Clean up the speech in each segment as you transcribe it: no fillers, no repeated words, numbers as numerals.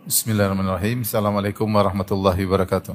Bismillahirrahmanirrahim. Assalamualaikum warahmatullahi wabarakatuh.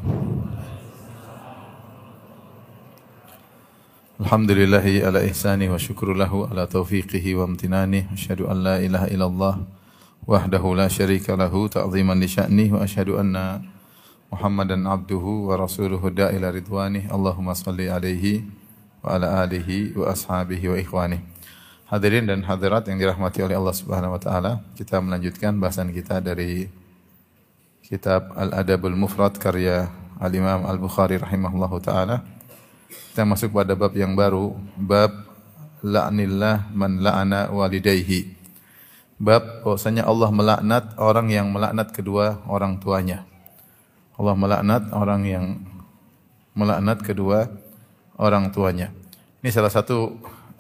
Alhamdulillahi ala ihsani wa syukru lahu ala taufiqihi wa amtinani. Asyhadu an la ilaha illallah wahdahu la syarika lahu ta'ziman li sya'nih wa asyhadu anna Muhammadan abduhu wa rasuluhu da'ila ridwanih. Allahumma salli alaihi wa ala alihi wa ashabihi wa ikhwanih. Hadirin dan hadirat yang dirahmati oleh Allah Subhanahu wa taala, kita melanjutkan bahasan kita dari kitab Al-Adabul Mufrad karya Al-Imam Al-Bukhari rahimahullahu taala. Kita masuk pada bab yang baru, bab la'nillah man la'ana walidayhi. Bab bahwasanya Allah melaknat orang yang melaknat kedua orang tuanya. Allah melaknat orang yang melaknat kedua orang tuanya. Ini salah satu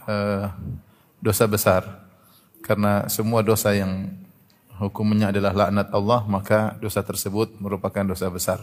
dosa besar, karena semua dosa yang hukumnya adalah laknat Allah, maka dosa tersebut merupakan dosa besar.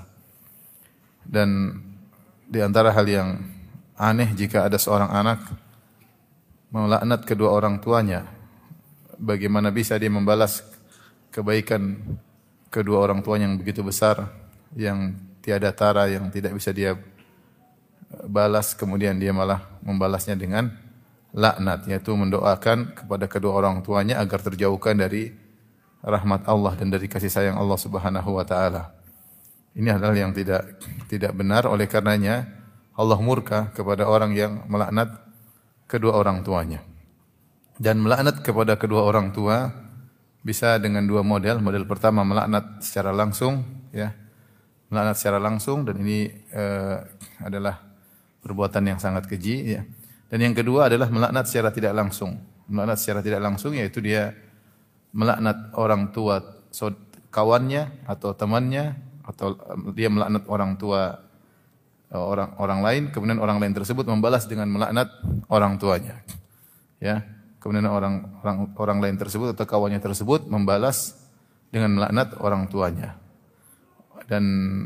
Dan di antara hal yang aneh jika ada seorang anak melaknat kedua orang tuanya, bagaimana bisa dia membalas kebaikan kedua orang tuanya yang begitu besar, yang tiada tara, yang tidak bisa dia balas, kemudian dia malah membalasnya dengan laknat, yaitu mendoakan kepada kedua orang tuanya agar terjauhkan dari rahmat Allah dan dari kasih sayang Allah Subhanahu wa taala. Ini adalah yang tidak benar, oleh karenanya Allah murka kepada orang yang melaknat kedua orang tuanya. Dan melaknat kepada kedua orang tua bisa dengan dua model. Model pertama melaknat secara langsung, ya. Melaknat secara langsung, dan ini adalah perbuatan yang sangat keji, ya. Dan yang kedua adalah melaknat secara tidak langsung. Melaknat secara tidak langsung yaitu dia melaknat orang tua kawannya atau temannya, atau dia melaknat orang tua orang lain, kemudian orang lain tersebut membalas dengan melaknat orang tuanya. Ya, kemudian orang lain tersebut atau kawannya tersebut membalas dengan melaknat orang tuanya. Dan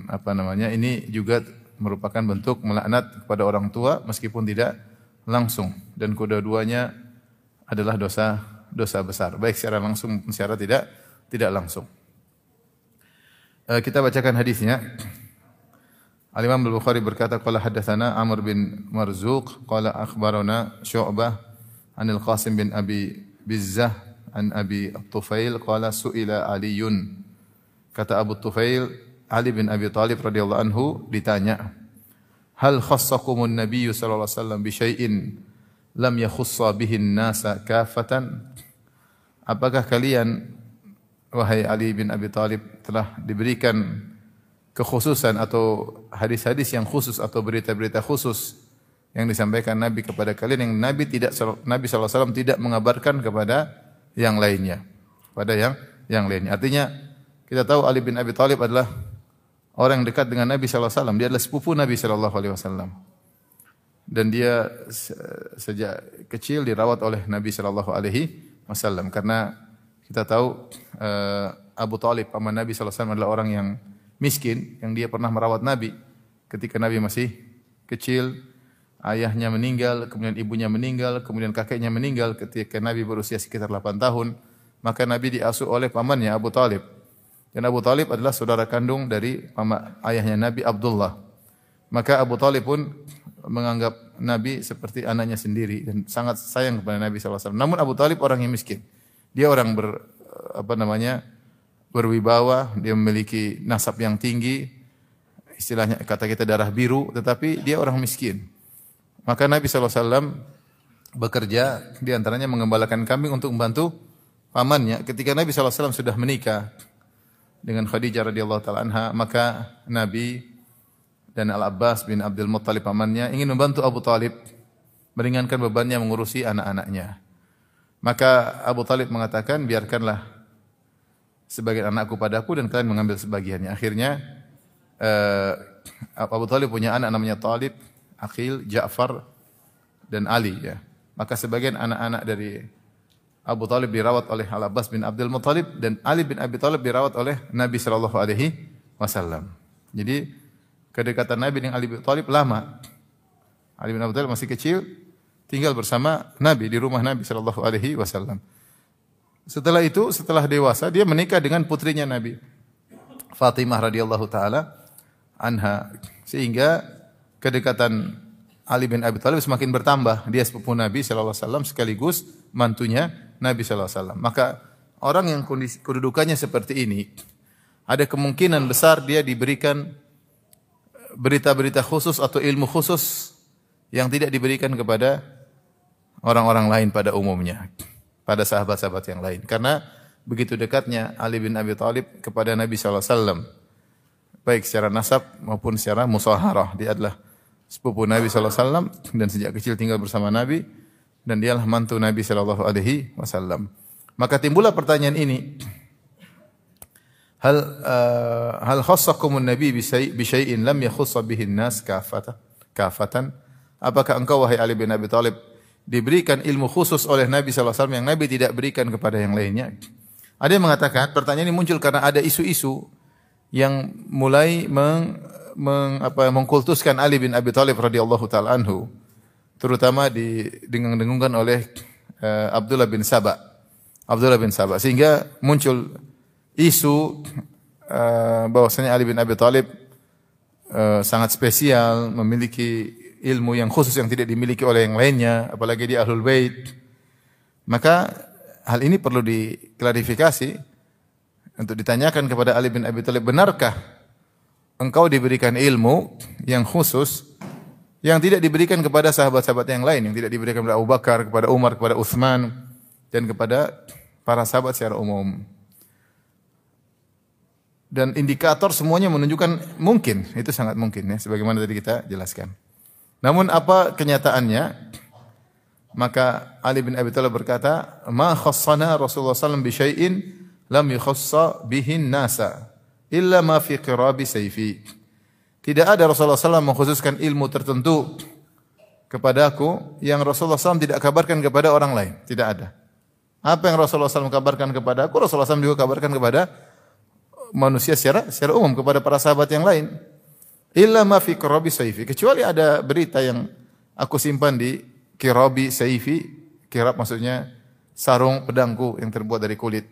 ini juga merupakan bentuk melaknat kepada orang tua meskipun tidak langsung, dan kedua-duanya adalah dosa besar, baik secara langsung maupun secara tidak langsung. Kita bacakan hadisnya. Al-Imam Al-Bukhari berkata, qala haddatsana Amr bin Marzuq qala akhbarana Syu'bah anil Qasim bin Abi Bizzah an Abi Tufail qala su'ila Aliyun. Kata Abu Tufail, Ali bin Abi Thalib radhiyallahu anhu ditanya, hal khassakumun nabiyyu sallallahu alaihi wasallam bi syai'in lam yakhussa bihin nasa kafatan. Apakah kalian, wahai Ali bin Abi Thalib, telah diberikan kekhususan atau hadis-hadis yang khusus atau berita-berita khusus yang disampaikan Nabi kepada kalian yang Nabi sallallahu alaihi wasallam tidak mengabarkan kepada yang lainnya, pada yang lainnya. Artinya kita tahu Ali bin Abi Thalib adalah orang yang dekat dengan Nabi sallallahu alaihi wasallam. Dia adalah sepupu Nabi sallallahu alaihi wasallam. Dan dia sejak kecil dirawat oleh Nabi sallallahu alaihi wasallam, karena kita tahu Abu Thalib paman Nabi sallallahu alaihi wasallam adalah orang yang miskin, yang dia pernah merawat Nabi ketika Nabi masih kecil. Ayahnya meninggal, kemudian ibunya meninggal, kemudian kakeknya meninggal ketika Nabi berusia sekitar 8 tahun. Maka Nabi diasuh oleh pamannya Abu Thalib. Dan Abu Thalib adalah saudara kandung dari ayahnya Nabi, Abdullah. Maka Abu Thalib pun menganggap Nabi seperti anaknya sendiri dan sangat sayang kepada Nabi SAW. Namun Abu Thalib orang yang miskin. Dia orang berwibawa, dia memiliki nasab yang tinggi, istilahnya kata kita darah biru, tetapi dia orang miskin. Maka Nabi SAW bekerja, di antaranya mengembalakan kambing untuk membantu pamannya. Ketika Nabi SAW sudah menikah dengan Khadijah radhiyallahu taala anha, maka Nabi dan Al-Abbas bin Abdul Muttalib pamannya ingin membantu Abu Thalib meringankan bebannya mengurusi anak-anaknya. Maka Abu Thalib mengatakan, biarkanlah sebagian anakku padaku dan kalian mengambil sebagiannya. Akhirnya Abu Thalib punya anak namanya Talib, Aqil, Ja'far dan Ali, ya. Maka sebagian anak-anak dari Abu Thalib dirawat oleh Al-Abbas bin Abdul Muttalib, dan Ali bin Abi Thalib dirawat oleh Nabi sallallahu alaihi wasallam. Jadi kedekatan Nabi dengan Ali bin Abi Thalib lama. Ali bin Abi Thalib masih kecil, tinggal bersama Nabi di rumah Nabi sallallahu alaihi wasallam. Setelah itu, setelah dewasa, dia menikah dengan putrinya Nabi. Fatimah radhiyallahu taala anha, sehingga kedekatan Ali bin Abi Thalib semakin bertambah. Dia sepupu Nabi sallallahu alaihi wasallam sekaligus mantunya Nabi sallallahu alaihi wasallam. Maka orang yang kedudukannya seperti ini, ada kemungkinan besar dia diberikan berita-berita khusus atau ilmu khusus yang tidak diberikan kepada orang-orang lain pada umumnya, pada sahabat-sahabat yang lain. Karena begitu dekatnya Ali bin Abi Thalib kepada Nabi sallallahu alaihi wasallam, baik secara nasab maupun secara musaharah. Dia adalah sepupu Nabi sallallahu alaihi wasallam dan sejak kecil tinggal bersama Nabi, dan dialah mantu Nabi sallallahu alaihi wasallam. Maka timbullah pertanyaan ini, hal khassakumun nabi bi syai'in lam yakhussa bihi an-nas kafatan? Apakah engkau wahai Ali bin Abi Thalib diberikan ilmu khusus oleh Nabi sallallahu alaihi wasallam yang Nabi tidak berikan kepada yang lainnya? Ada yang mengatakan pertanyaan ini muncul karena ada isu-isu yang mulai mengkultuskan Ali bin Abi Thalib radhiyallahu taala anhu, terutama didengung-dengungkan oleh Abdullah bin Saba, sehingga muncul isu bahwasanya Ali bin Abi Thalib sangat spesial, memiliki ilmu yang khusus yang tidak dimiliki oleh yang lainnya, apalagi di Ahlul Bait. Maka hal ini perlu diklarifikasi untuk ditanyakan kepada Ali bin Abi Thalib, benarkah engkau diberikan ilmu yang khusus yang tidak diberikan kepada sahabat-sahabat yang lain, yang tidak diberikan kepada Abu Bakar, kepada Umar, kepada Utsman, dan kepada para sahabat secara umum? Dan indikator semuanya menunjukkan mungkin, itu sangat mungkin ya, sebagaimana tadi kita jelaskan. Namun apa kenyataannya? Maka Ali bin Abi Thalib berkata, "Ma khassana Rasulullah sallallahu alaihi wasallam bi syai'in lam yukhassa bihi an-nasa illa ma fi qirabi sayfi." Tidak ada Rasulullah SAW mengkhususkan ilmu tertentu kepadaku yang Rasulullah SAW tidak kabarkan kepada orang lain. Tidak ada. Apa yang Rasulullah SAW kabarkan kepada aku, Rasulullah SAW juga kabarkan kepada manusia secara umum, kepada para sahabat yang lain. Illa ma fi qirabi sayfi, kecuali ada berita yang aku simpan di qirabi sayfi. Qirab maksudnya sarung pedangku yang terbuat dari kulit.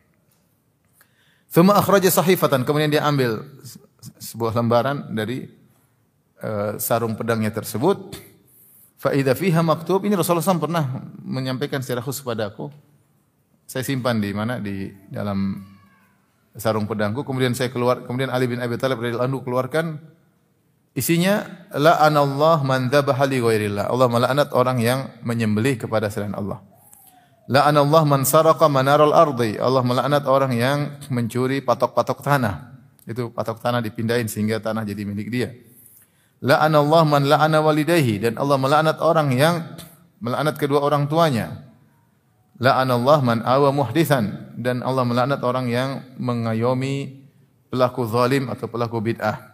Thumma akhraja sahifatan, kemudian dia ambil sebuah lembaran dari sarung pedangnya tersebut. Fa idza fiha maktub, ini Rasulullah SAW pernah menyampaikan secara khusus kepada aku. Saya simpan di mana? Di dalam sarung pedangku. Kemudian Ali bin Abi Thalib radhiyallahu anhu keluarkan, isinya la'anallah man dzabaha li ghairillah. Allah melaknat orang yang menyembelih kepada selain Allah. La'anallah man saraqa manaral ardi. Allah melaknat orang yang mencuri patok-patok tanah. Itu patok tanah dipindahin sehingga tanah jadi milik dia. La'anallah man la'ana walidayhi, dan Allah melaknat orang yang melaknat kedua orang tuanya. La'anallah man awa muhditsan, dan Allah melaknat orang yang mengayomi pelaku zalim atau pelaku bid'ah.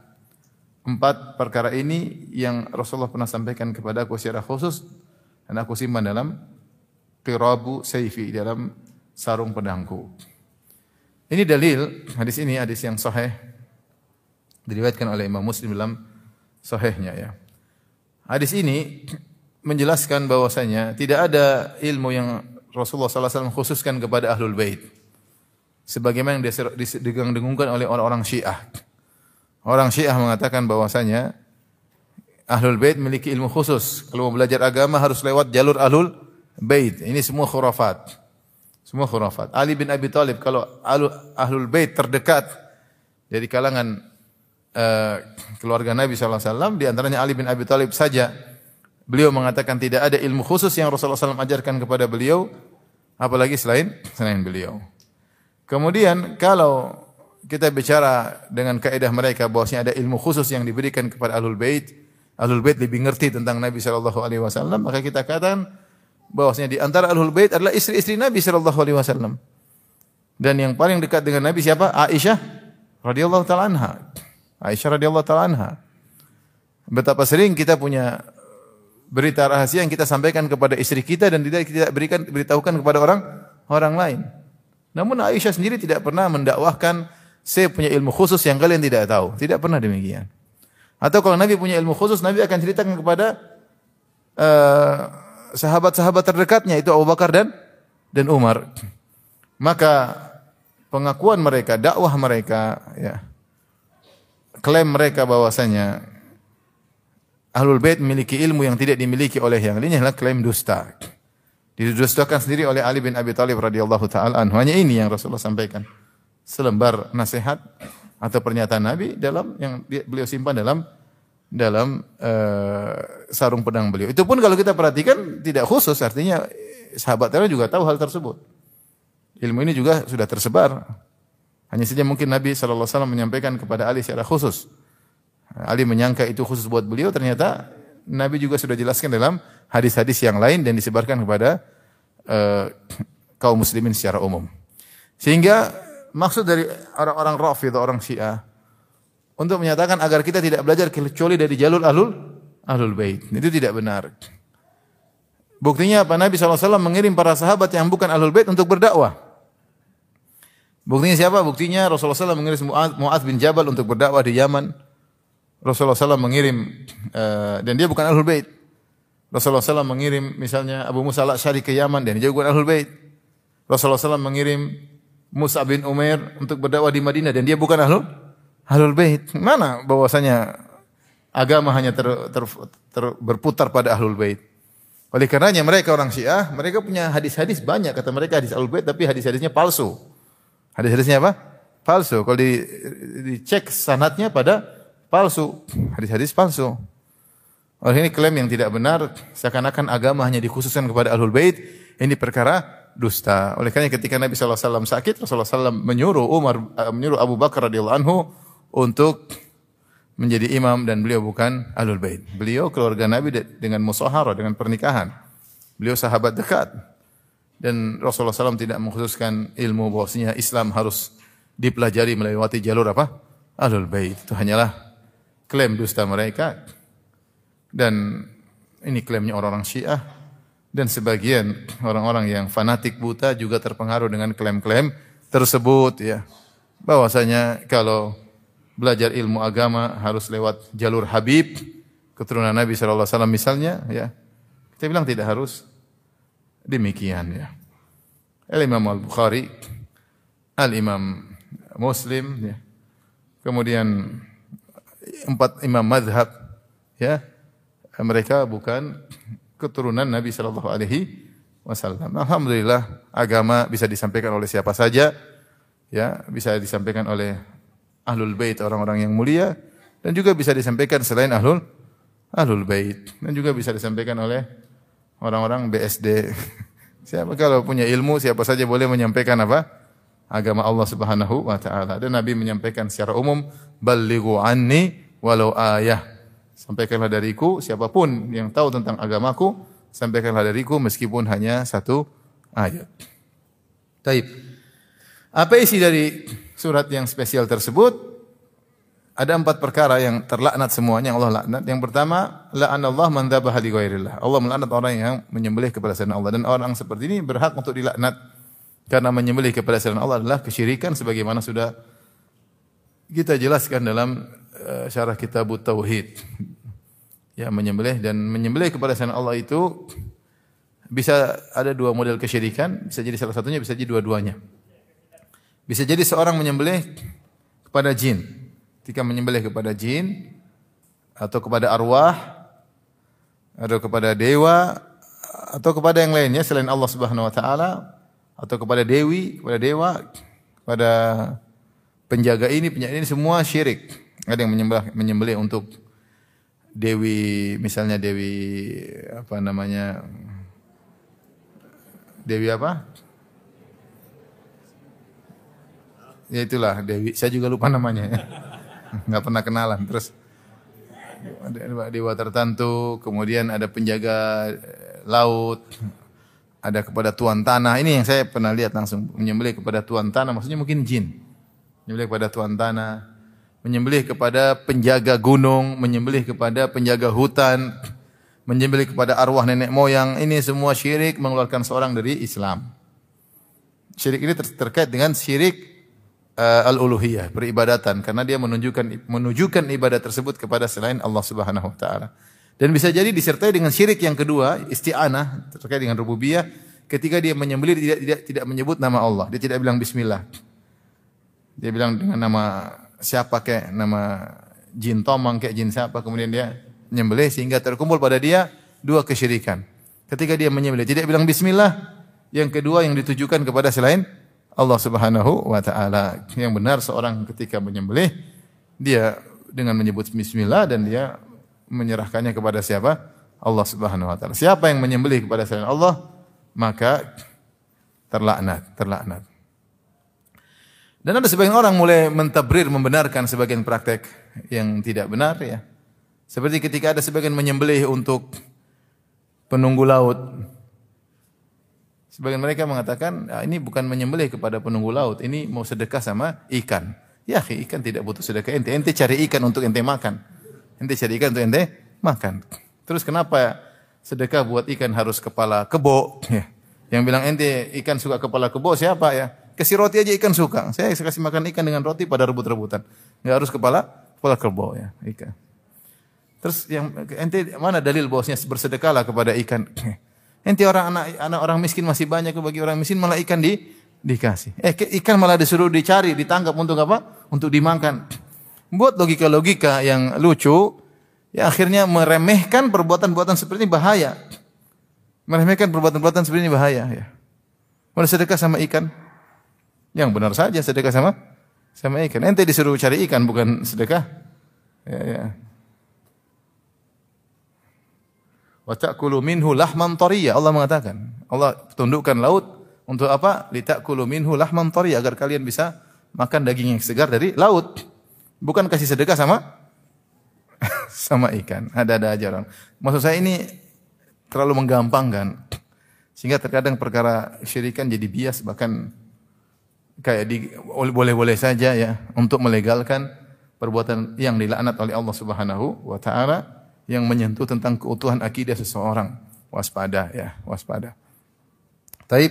4 perkara ini yang Rasulullah pernah sampaikan kepada aku secara khusus, dan aku simpan dalam qirabu sayfi, dalam sarung pedangku. Ini dalil, hadis ini hadis yang sahih, diriwayatkan oleh Imam Muslim dalam sahihnya ya. Hadis ini menjelaskan bahwasanya tidak ada ilmu yang Rasulullah SAW khususkan kepada Ahlul Bait, sebagaimana yang didengung-dengungkan oleh orang-orang Syiah. Orang Syiah mengatakan bahwasanya Ahlul Bait memiliki ilmu khusus. Kalau mau belajar agama harus lewat jalur Ahlul Bait. Ini semua khurafat. Semua khurafat. Ali bin Abi Thalib, kalau Ahlul Bait terdekat dari kalangan keluarga Nabi SAW, di antaranya Ali bin Abi Thalib saja, beliau mengatakan tidak ada ilmu khusus yang Rasulullah SAW ajarkan kepada beliau, apalagi selain beliau. Kemudian kalau kita bicara dengan kaidah mereka bahwasanya ada ilmu khusus yang diberikan kepada Ahlul Bait, Ahlul Bait lebih ngerti tentang Nabi SAW, maka kita katakan bahwasanya di antara Ahlul Bait adalah istri-istri Nabi SAW. Dan yang paling dekat dengan Nabi siapa? Aisyah radhiyallahu taala anha. Aisyah radhiyallahu taala anha. Betapa sering kita punya berita rahasia yang kita sampaikan kepada istri kita dan tidak kita beritahukan kepada orang lain. Namun Aisyah sendiri tidak pernah mendakwahkan saya punya ilmu khusus yang kalian tidak tahu. Tidak pernah demikian. Atau kalau Nabi punya ilmu khusus, Nabi akan ceritakan kepada sahabat-sahabat terdekatnya, itu Abu Bakar dan Umar. Maka pengakuan mereka, dakwah mereka ya, klaim mereka bahwasanya Ahlul Bait memiliki ilmu yang tidak dimiliki oleh yang lainnya adalah klaim dusta. Didustakan sendiri oleh Ali bin Abi Thalib radhiyallahu taala anhu. Hanya ini yang Rasulullah sampaikan. Selembar nasihat atau pernyataan Nabi dalam yang beliau simpan dalam sarung pedang beliau. Itu pun kalau kita perhatikan tidak khusus, artinya sahabat lain juga tahu hal tersebut. Ilmu ini juga sudah tersebar. Hanya saja mungkin Nabi SAW menyampaikan kepada Ali secara khusus. Ali menyangka itu khusus buat beliau, ternyata Nabi juga sudah jelaskan dalam hadis-hadis yang lain dan disebarkan kepada kaum muslimin secara umum. Sehingga maksud dari orang-orang Rafidhah, orang Syiah, untuk menyatakan agar kita tidak belajar kecuali dari jalur Ahlul Bait. Itu tidak benar. Buktinya apa? Nabi SAW mengirim para sahabat yang bukan Ahlul Bait untuk berdakwah. Buktinya siapa? Buktinya Rasulullah SAW mengirim Mu'adz bin Jabal untuk berdakwah di Yaman. Rasulullah SAW mengirim, dan dia bukan Ahlul Bait. Rasulullah SAW mengirim misalnya Abu Musa al-Asy'ari ke Yaman, dan dia bukan Ahlul Bait. Rasulullah SAW mengirim Musa bin Umair untuk berdakwah di Madinah, dan dia bukan Ahlul Bait. Mana bahwasanya agama hanya berputar pada Ahlul Bait. Oleh karenanya mereka orang Syiah, mereka punya hadis-hadis banyak, kata mereka hadis Ahlul Bait, tapi hadis-hadisnya palsu. Hadis-hadisnya apa? Palsu. Kalau dicek sanadnya pada palsu. Hadis-hadis palsu. Oleh ini klaim yang tidak benar, seakan-akan agama hanya dikhususkan kepada Ahlul Bait, ini perkara dusta. Oleh karena ketika Nabi SAW sakit, Rasulullah SAW menyuruh Abu Bakar radhiyallahu anhu untuk menjadi imam, dan beliau bukan Ahlul Bait. Beliau keluarga Nabi dengan musaharah, dengan pernikahan. Beliau sahabat dekat. Dan Rasulullah SAW tidak mengkhususkan ilmu bahwasanya Islam harus dipelajari melewati jalur apa? Ahlul Bait. Itu hanyalah klaim dusta mereka. Dan ini klaimnya orang-orang Syiah. Dan sebagian orang-orang yang fanatik buta juga terpengaruh dengan klaim-klaim tersebut, ya. Bahwasanya kalau belajar ilmu agama harus lewat jalur Habib, keturunan Nabi SAW misalnya, ya. Kita bilang tidak harus demikian, ya. Al-Imam Al-Bukhari, Al-Imam Muslim, ya. Kemudian 4 imam mazhab, ya. Mereka bukan keturunan Nabi sallallahu alaihi wasallam. Alhamdulillah, agama bisa disampaikan oleh siapa saja, ya, bisa disampaikan oleh Ahlul Bait, orang-orang yang mulia, dan juga bisa disampaikan selain Ahlul Bait, dan juga bisa disampaikan oleh orang-orang BSD. Siapa kalau punya ilmu, siapa saja boleh menyampaikan apa? Agama Allah Subhanahu wa taala. Dan Nabi menyampaikan secara umum, "Ballighu anni walau ayah." Sampaikanlah dariku, siapapun yang tahu tentang agamaku, sampaikanlah dariku meskipun hanya 1 ayat. Taib. Apa isi dari surat yang spesial tersebut? Ada 4 perkara yang terlaknat semuanya, Allah laknat. Yang pertama, la'anallah man dzabaha li ghairillah. Allah melaknat orang yang menyembelih kepada selain Allah, dan orang seperti ini berhak untuk dilaknat karena menyembelih kepada selain Allah adalah kesyirikan sebagaimana sudah kita jelaskan dalam syarah kitab Tauhid. Ya, menyembelih kepada selain Allah itu bisa ada 2 model kesyirikan, bisa jadi salah satunya, bisa jadi dua-duanya. Bisa jadi seorang menyembelih kepada jin. Ketika menyembelih kepada jin atau kepada arwah atau kepada dewa atau kepada yang lainnya selain Allah Subhanahu wa taala, atau kepada dewi, kepada dewa, kepada penjaga ini semua syirik. Ada yang menyembelih untuk dewi, misalnya dewi apa namanya? Dewi apa? Ya itulah dewi, saya juga lupa namanya. Enggak pernah kenalan. Terus ada dewa tertentu, kemudian ada penjaga laut, ada kepada tuan tanah. Ini yang saya pernah lihat langsung, menyembelih kepada tuan tanah, maksudnya mungkin jin. Menyembelih kepada tuan tanah, menyembelih kepada penjaga gunung, menyembelih kepada penjaga hutan, menyembelih kepada arwah nenek moyang. Ini semua syirik, mengeluarkan seorang dari Islam. Syirik ini terkait dengan syirik al-uluhiyah, peribadatan, karena dia menunjukkan ibadah tersebut kepada selain Allah Subhanahu wa taala. Dan bisa jadi disertai dengan syirik yang kedua, isti'anah, terkait dengan rububiyah, ketika dia menyembelih tidak menyebut nama Allah, dia tidak bilang bismillah. Dia bilang dengan nama siapa kek, nama jin tomang kayak jin siapa, kemudian dia menyembelih sehingga terkumpul pada dia dua kesyirikan. Ketika dia menyembelih tidak bilang bismillah, yang kedua yang ditujukan kepada selain Allah Subhanahu wa taala. Yang benar seorang ketika menyembelih dia dengan menyebut bismillah dan dia menyerahkannya kepada siapa? Allah Subhanahu wa taala. Siapa yang menyembelih kepada selain Allah, maka terlaknat. Dan ada sebagian orang mulai mentabrir, membenarkan sebagian praktek yang tidak benar ya. Seperti ketika ada sebagian menyembelih untuk penunggu laut. Sebagian mereka mengatakan, ini bukan menyembelih kepada penunggu laut, ini mau sedekah sama ikan. Ya, ikan tidak butuh sedekah ente. Ente cari ikan untuk ente makan. Ente cari ikan untuk ente makan. Terus kenapa sedekah buat ikan harus kepala kebo? Ya. Yang bilang ente ikan suka kepala kebo siapa ya? Kasih roti aja ikan suka. Saya kasih makan ikan dengan roti pada rebut-rebutan. Enggak harus kepala kebo ya, ikan. Terus yang ente mana dalil bosnya bersedekahlah kepada ikan? Ente anak orang miskin masih banyak, bagi orang miskin malah ikan dikasih. Ikan malah disuruh dicari, ditangkap untuk apa? Untuk dimakan. Buat logika-logika yang lucu, ya akhirnya meremehkan perbuatan-perbuatan seperti ini bahaya. Meremehkan perbuatan-perbuatan seperti ini bahaya ya. Mau sedekah sama ikan? Yang benar saja sedekah sama ikan. Ente disuruh cari ikan bukan sedekah. Ya. Wa ta'kulu minhu lahman tariya. Allah mengatakan, Allah tundukkan laut untuk apa? Li ta'kulu minhu lahman tariya, agar kalian bisa makan daging yang segar dari laut. Bukan kasih sedekah sama ikan. Ada aja orang. Maksud saya ini terlalu menggampangkan sehingga terkadang perkara syirikan jadi bias, bahkan kayak boleh-boleh saja ya untuk melegalkan perbuatan yang dilaknat oleh Allah Subhanahu wa taala yang menyentuh tentang keutuhan akidah seseorang. Waspada ya, waspada. Taib.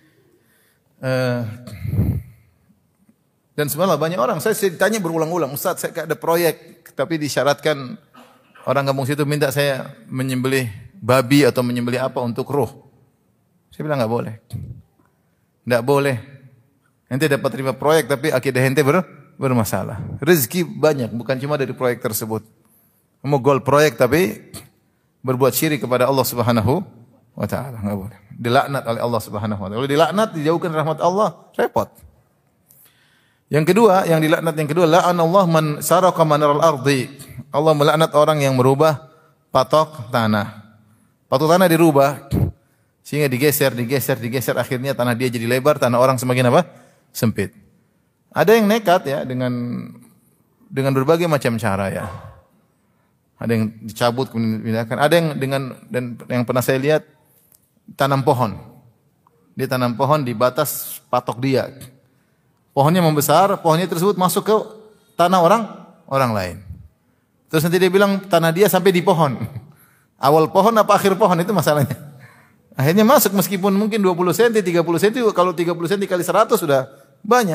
Dan subhanallah banyak orang, saya ditanya berulang-ulang, Ustaz saya ada proyek tapi disyaratkan orang kampung situ minta saya menyembelih babi atau menyembelih apa untuk ruh. Saya bilang enggak boleh. Enggak boleh. Ente dapat terima proyek tapi akidah ente bermasalah. Rezeki banyak, bukan cuma dari proyek tersebut. Mau goal proyek tapi berbuat syirik kepada Allah Subhanahu wa taala, enggak boleh. Dilaknat oleh Allah Subhanahu wa taala. Kalau dilaknat dijauhkan rahmat Allah, repot. Yang kedua, yang dilaknat yang kedua, la'anallahu man saraka manaral ardi. Allah melaknat orang yang merubah patok tanah. Patok tanah dirubah sehingga digeser akhirnya tanah dia jadi lebar, tanah orang semakin apa? Sempit. Ada yang nekat ya dengan berbagai macam cara ya. Ada yang dicabut kemudian dipindahkan. Ada yang dan yang pernah saya lihat tanam pohon. Dia tanam pohon di batas patok dia. Pohonnya membesar, pohonnya tersebut masuk ke tanah orang lain. Terus nanti dia bilang tanah dia sampai di pohon. Awal pohon apa akhir pohon itu masalahnya. Akhirnya masuk meskipun mungkin 20 cm, 30 cm, kalau 30 cm kali 100 sudah banyak.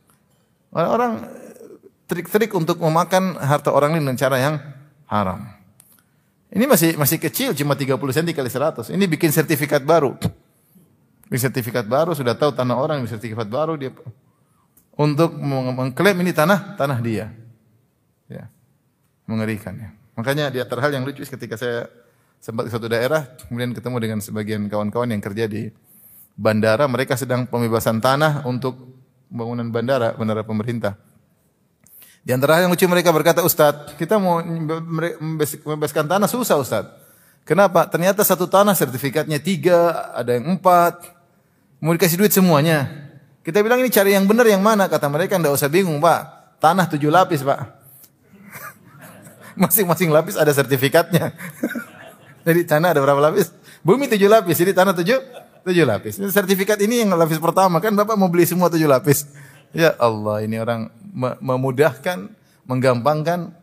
Orang trik-trik untuk memakan harta orang lain dengan cara yang haram. Ini masih kecil, cuma 30 cm kali 100. Ini bikin sertifikat baru. Bikin sertifikat baru, sudah tahu tanah orang, bikin sertifikat baru dia untuk mengklaim ini tanah dia. Ya. Mengerikan ya. Makanya di antara hal yang lucu ketika saya sempat ke suatu daerah, kemudian ketemu dengan sebagian kawan-kawan yang kerja di bandara, mereka sedang pembebasan tanah untuk pembangunan bandara pemerintah. Di antara hal yang lucu mereka berkata, Ustaz, kita mau membebaskan tanah susah Ustaz. Kenapa? Ternyata satu tanah sertifikatnya 3, ada yang 4, mau dikasih duit semuanya. Kita bilang ini cari yang benar yang mana? Kata mereka, enggak usah bingung Pak, tanah 7 lapis Pak. Masing-masing lapis ada sertifikatnya. Jadi tanah ada berapa lapis? Bumi 7 lapis, jadi tanah 7 lapis. Sertifikat ini yang lapis pertama, kan Bapak mau beli semua 7 lapis. Ya Allah, ini orang memudahkan, menggampangkan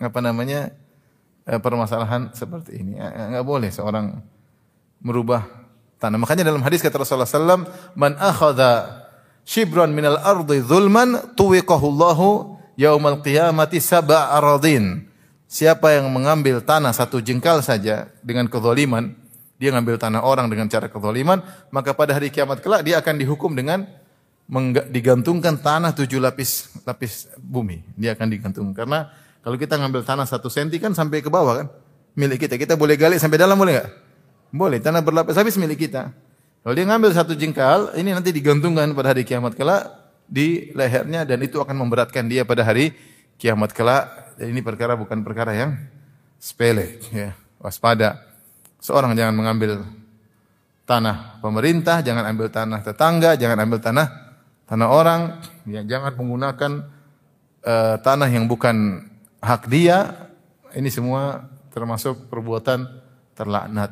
permasalahan seperti ini. Enggak boleh seorang merubah tanah. Makanya dalam hadis kata Rasulullah SAW, man akhadha shibran minal ardi zulman tuwiqahullahu yaumal qiyamati sab'a aradin. Siapa yang mengambil tanah 1 jengkal saja dengan kezaliman, dia ngambil tanah orang dengan cara kezaliman, maka pada hari kiamat kelak dia akan dihukum dengan digantungkan tanah 7 lapis bumi. Dia akan digantungkan karena Kalau kita ngambil tanah 1 senti kan sampai ke bawah kan? Milik kita. Kita boleh gali sampai dalam boleh enggak? Boleh. Tanah berlapis-lapis milik kita. Kalau dia ngambil 1 jengkal, ini nanti digantungkan pada hari kiamat kelak di lehernya dan itu akan memberatkan dia pada hari kiamat kelak. Dan ini perkara bukan perkara yang sepele, ya. Waspada. Seorang jangan mengambil tanah pemerintah, jangan ambil tanah tetangga, jangan ambil tanah orang, ya, jangan menggunakan tanah yang bukan hak dia. Ini semua termasuk perbuatan terlaknat.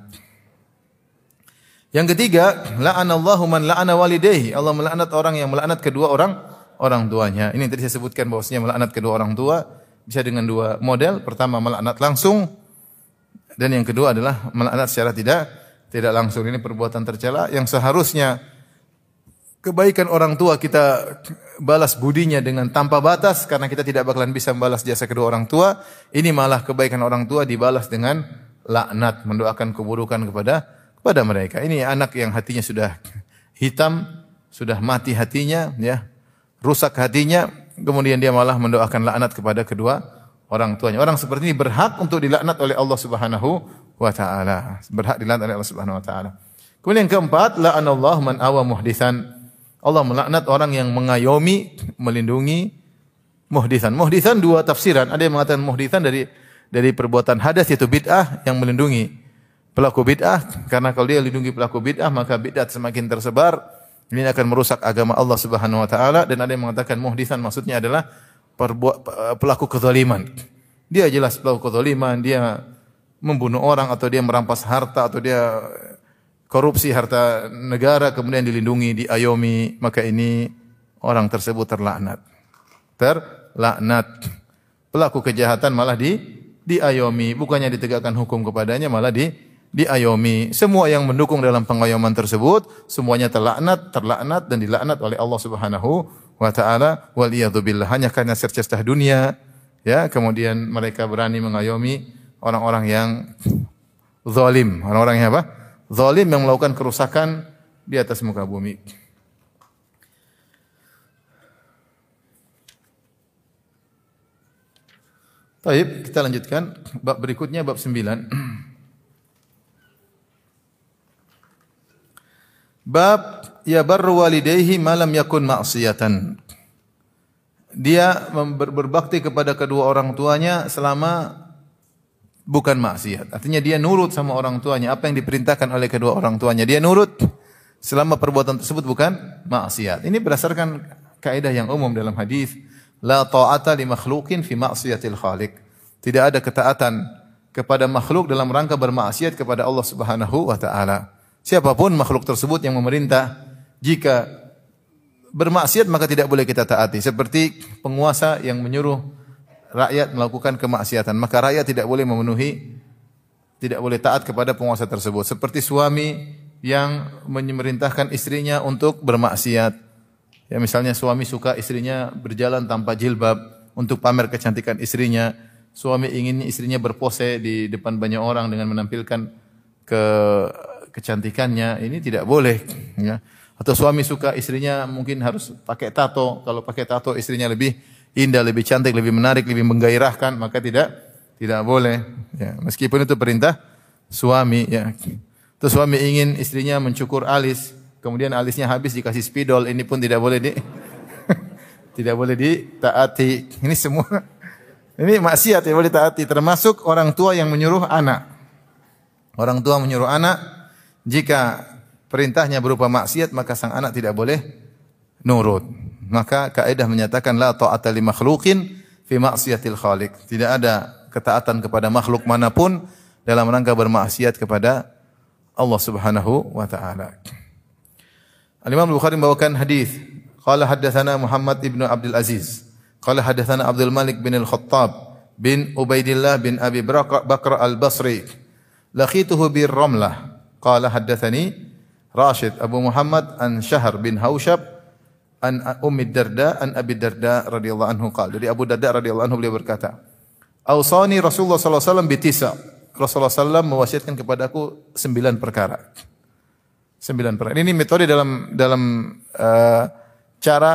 Yang ketiga, la'anallahu man la'ana walidayhi. Allah melaknat orang yang melaknat kedua orang tuanya. Ini yang tadi saya sebutkan bahwasanya melaknat kedua orang tua bisa dengan 2 model. Pertama melaknat langsung dan yang kedua adalah melaknat secara tidak langsung. Ini perbuatan tercela yang seharusnya kebaikan orang tua kita balas budinya dengan tanpa batas karena kita tidak bakalan bisa membalas jasa kedua orang tua. Ini malah kebaikan orang tua dibalas dengan laknat, mendoakan keburukan kepada mereka. Ini anak yang hatinya sudah hitam, sudah mati hatinya, ya, rusak hatinya, kemudian dia malah mendoakan laknat kepada kedua orang tuanya. Orang seperti ini berhak untuk dilaknat oleh Allah Subhanahu wa taala. Berhak dilaknat oleh Allah Subhanahu wa taala. Kemudian yang keempat, la'anallahu man awa muhditsan. Allah melaknat orang yang mengayomi, melindungi muhditsan. Muhditsan 2 tafsiran. Ada yang mengatakan muhditsan dari perbuatan hadas yaitu bid'ah, yang melindungi pelaku bid'ah, karena kalau dia lindungi pelaku bid'ah maka bid'ah semakin tersebar. Ini akan merusak agama Allah Subhanahu wa taala. Dan ada yang mengatakan muhditsan maksudnya adalah pelaku kezaliman. Dia jelas pelaku kezaliman, dia membunuh orang atau dia merampas harta atau dia korupsi harta negara kemudian dilindungi, diayomi, maka ini orang tersebut terlaknat. Terlaknat. Pelaku kejahatan malah diayomi, bukannya ditegakkan hukum kepadanya malah diayomi. Semua yang mendukung dalam pengayoman tersebut semuanya terlaknat dan dilaknat oleh Allah Subhanahu wa taala. Waliyadzubillah. Hanya karena cercah dunia, ya, kemudian mereka berani mengayomi orang-orang yang zalim, orang-orang yang apa? Zalim, yang melakukan kerusakan di atas muka bumi. Baik, kita lanjutkan bab berikutnya, bab 9. Bab yabarru walidayhi ma lam yakun ma'siyatan. Dia berbakti kepada kedua orang tuanya selama bukan maksiat. Artinya dia nurut sama orang tuanya, apa yang diperintahkan oleh kedua orang tuanya dia nurut selama perbuatan tersebut bukan maksiat. Ini berdasarkan kaidah yang umum dalam hadis, la ta'ata li makhluqin fi ma'siyatil khaliq. Tidak ada ketaatan kepada makhluk dalam rangka bermaksiat kepada Allah Subhanahu wa taala. Siapapun makhluk tersebut yang memerintah, jika bermaksiat maka tidak boleh kita taati. Seperti penguasa yang menyuruh rakyat melakukan kemaksiatan, maka rakyat tidak boleh taat kepada penguasa tersebut. Seperti suami yang memerintahkan istrinya untuk bermaksiat. Ya, misalnya suami suka istrinya berjalan tanpa jilbab untuk pamer kecantikan istrinya. Suami ingin istrinya berpose di depan banyak orang dengan menampilkan kecantikannya, ini tidak boleh, ya. Atau suami suka istrinya mungkin harus pakai tato, kalau pakai tato istrinya lebih indah, lebih cantik, lebih menarik, lebih menggairahkan, maka tidak boleh, ya. Meskipun itu perintah suami, ya. Atau suami ingin istrinya mencukur alis, kemudian alisnya habis dikasih spidol, ini pun tidak boleh tidak boleh ditaati. Ini semua ini maksiat yang boleh taati, termasuk orang tua yang menyuruh anak. Orang tua menyuruh anak, jika perintahnya berupa maksiat maka sang anak tidak boleh nurut. Maka kaidah menyatakan la ta'ata li makhluqin fi maksiatil khaliq. Tidak ada ketaatan kepada makhluk manapun dalam rangka bermaksiat kepada Allah Subhanahu wa taala. Al-Imam Al-Bukhari membawakan hadis, qala haddatsana Muhammad ibn Abdul Aziz, qala haddatsana Abdul Malik bin Al-Khattab bin Ubaidillah bin Abi Bakr Al-Basri, laqituhu bir Ramlah, qala haddatsani Rashid Abu Muhammad an Syahr bin Haushab an Ummi Darda an Abi Darda radhiyallahu anhu qala. Dari Abu Darda radhiyallahu anhu beliau berkata, "Ausani Rasulullah sallallahu alaihi wasallam bi tisa." Rasulullah sallallahu mewasiatkan kepadaku 9 perkara. 9 perkara. Ini metode dalam cara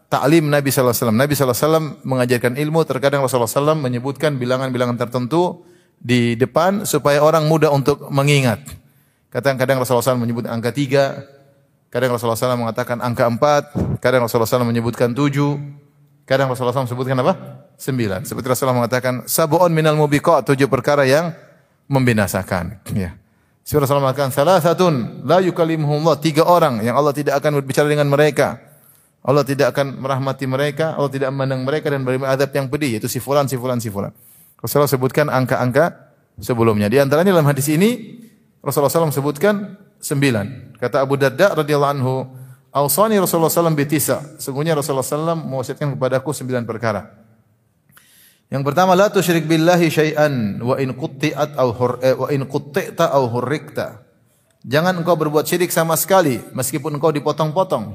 ta'lim Nabi sallallahu alaihi wasallam. Nabi sallallahu alaihi wasallam mengajarkan ilmu, terkadang Rasulullah sallallahu alaihi wasallam menyebutkan bilangan-bilangan tertentu di depan supaya orang mudah untuk mengingat. Kadang-kadang Rasulullah SAW menyebut angka 3, kadang Rasulullah SAW mengatakan angka 4, kadang Rasulullah SAW menyebutkan 7, kadang Rasulullah SAW sebutkan apa? 9. Seperti Rasulullah mengatakan sab'un minal mubiqat, 7 perkara yang membinasakan. Ya. Seperti Rasulullah mengatakan salasatun la yukallimuhumullah, 3 orang yang Allah tidak akan berbicara dengan mereka. Allah tidak akan merahmati mereka, Allah tidak memandang mereka dan beri azab yang pedih, yaitu si fulan. Rasulullah sebutkan angka-angka sebelumnya. Di antaranya dalam hadis ini Rasulullah SAW sebutkan 9. Kata Abu Darda radhiyallahu anhu, "Awsani Rasulullah SAW bitisa." Sungguhnya Rasulullah SAW mewasiatkan kepadaku 9 perkara. Yang pertama, la tusyrik billahi syai'an wa in qutta'ta aw hurrikta. Jangan engkau berbuat syirik sama sekali meskipun engkau dipotong-potong,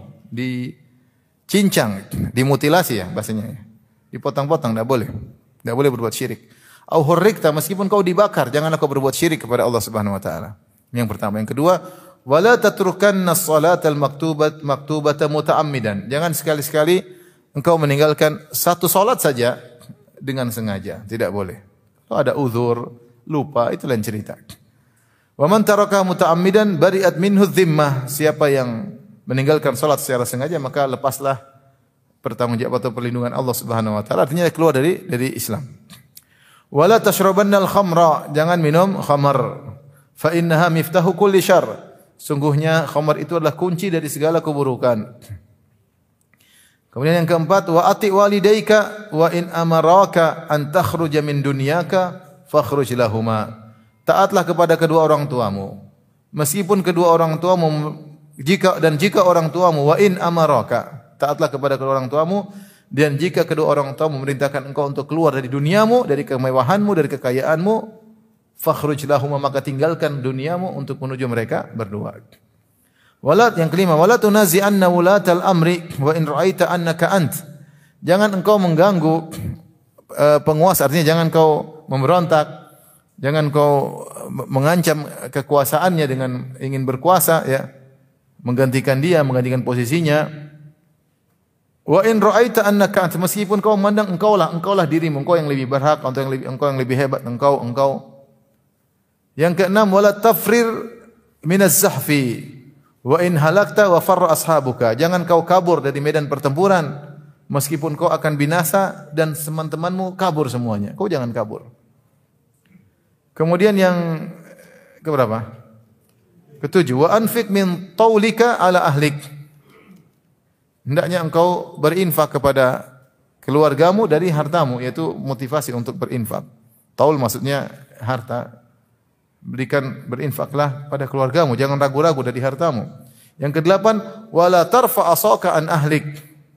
dicincang, dimutilasi ya bahasanya. Dipotong-potong enggak boleh. Enggak boleh berbuat syirik. Au hurrikta, meskipun kau dibakar, janganlah kau berbuat syirik kepada Allah Subhanahu wa taala. Yang pertama, yang kedua, wala tatrukanna shalatal maktubata muta'ammidan. Jangan sekali-sekali engkau meninggalkan satu salat saja dengan sengaja, tidak boleh. Kalau ada uzur, lupa, itu lain cerita. Wa man taraka muta'ammidan bari'at minhu dhimmah. Siapa yang meninggalkan salat secara sengaja, maka lepaslah pertanggungjawab atau perlindungan Allah Subhanahu wa taala. Artinya keluar dari Islam. Wala tashrabannal khamra, jangan minum khamar. Fa innaha miftahu kulli syarr. Sungguhnya khamar itu adalah kunci dari segala keburukan. Kemudian yang keempat, wa ati walidayka wa in amaraka an takhruja min dunyaka fakhruj lahuma. Taatlah kepada kedua orang tuamu. Meskipun kedua orang tuamu jika orang tuamu wa in amaraka, taatlah kepada kedua orang tuamu. Dan jika kedua orang tua memerintahkan engkau untuk keluar dari duniamu, dari kemewahanmu, dari kekayaanmu, fakhruj lahum, maka tinggalkan duniamu untuk menuju mereka berdua. Walat yang kelima, wala tunazi'anna wulatal amri wa in ra'aita annaka ant. Jangan engkau mengganggu penguasa, artinya jangan kau memberontak, jangan kau mengancam kekuasaannya dengan ingin berkuasa ya, menggantikan dia, menggantikan posisinya. Wa in ra'aita annaka ant, meskipun kau memandang engkaulah dirimu, engkau yang lebih berhak, engkau yang lebih hebat, engkau. Yang keenam, wala tafrir minaz zahfi wa in halakta wa farra ashabuka. Jangan kau kabur dari medan pertempuran meskipun kau akan binasa dan teman-temanmu kabur semuanya. Kau jangan kabur. Kemudian yang keberapa? Ketujuh, wa anfiq min taulika ala ahlik. Hendaknya engkau berinfak kepada keluargamu dari hartamu, yaitu motivasi untuk berinfak. Taul maksudnya harta. Berinfaklah pada keluargamu, jangan ragu-ragu dari hartamu. Yang kedelapan, wala tarfa asaka an ahlik.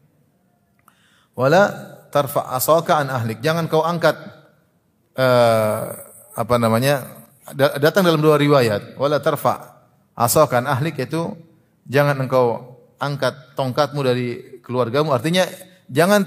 Wala tarfa asaka an ahlik. Jangan kau angkat datang dalam 2 riwayat. Wala tarfa asaka an ahlik, yaitu jangan engkau angkat tongkatmu dari keluargamu, artinya jangan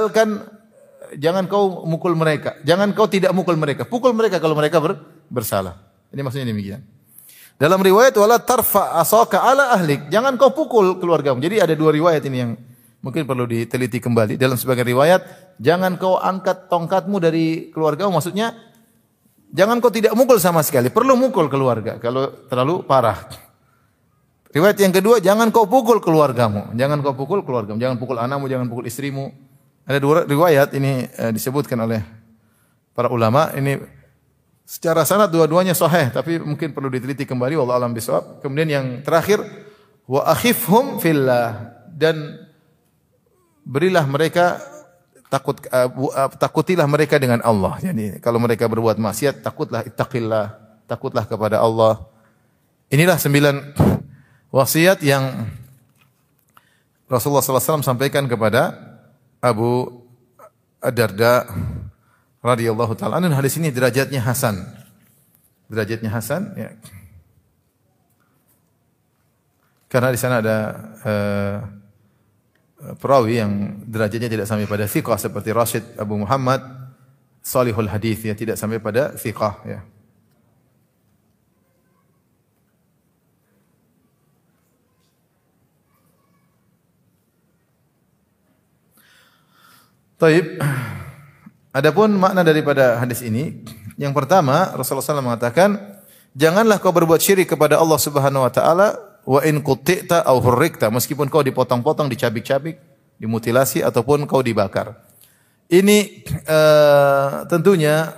kau mukul mereka, jangan kau tidak mukul mereka, pukul mereka kalau mereka bersalah. Ini maksudnya demikian. Dalam riwayat wala tarfa asaka ala ahlik, jangan kau pukul keluargamu. Jadi ada 2 riwayat ini yang mungkin perlu diteliti kembali. Dalam sebagian riwayat, jangan kau angkat tongkatmu dari keluargamu, maksudnya jangan kau tidak mukul sama sekali, perlu mukul keluarga kalau terlalu parah. Riwayat yang kedua, jangan kau pukul keluargamu. Jangan pukul anakmu, jangan pukul istrimu. Ada 2 riwayat ini disebutkan oleh para ulama. Ini secara sanad dua-duanya sahih, tapi mungkin perlu diteliti kembali, wallahu a'lam bishawab. Kemudian yang terakhir, wa akhifhum fillah, dan berilah mereka takutilah mereka dengan Allah. Jadi kalau mereka berbuat maksiat, ittaqillah, takutlah kepada Allah. Inilah 9 wasiat yang Rasulullah SAW sampaikan kepada Abu Darda radhiyallahu taala anhu. Hadis ini derajatnya hasan. Ya. Karena di sana ada perawi yang derajatnya tidak sampai pada thiqah seperti Rashid Abu Muhammad Salihul Hadits, ya, tidak sampai pada thiqah ya. Taib. Adapun makna daripada hadis ini, yang pertama Rasulullah SAW mengatakan, janganlah kau berbuat syirik kepada Allah Subhanahu wa taala wa in quti'ta aw hurrikta, meskipun kau dipotong-potong, dicabik-cabik, dimutilasi ataupun kau dibakar. Ini tentunya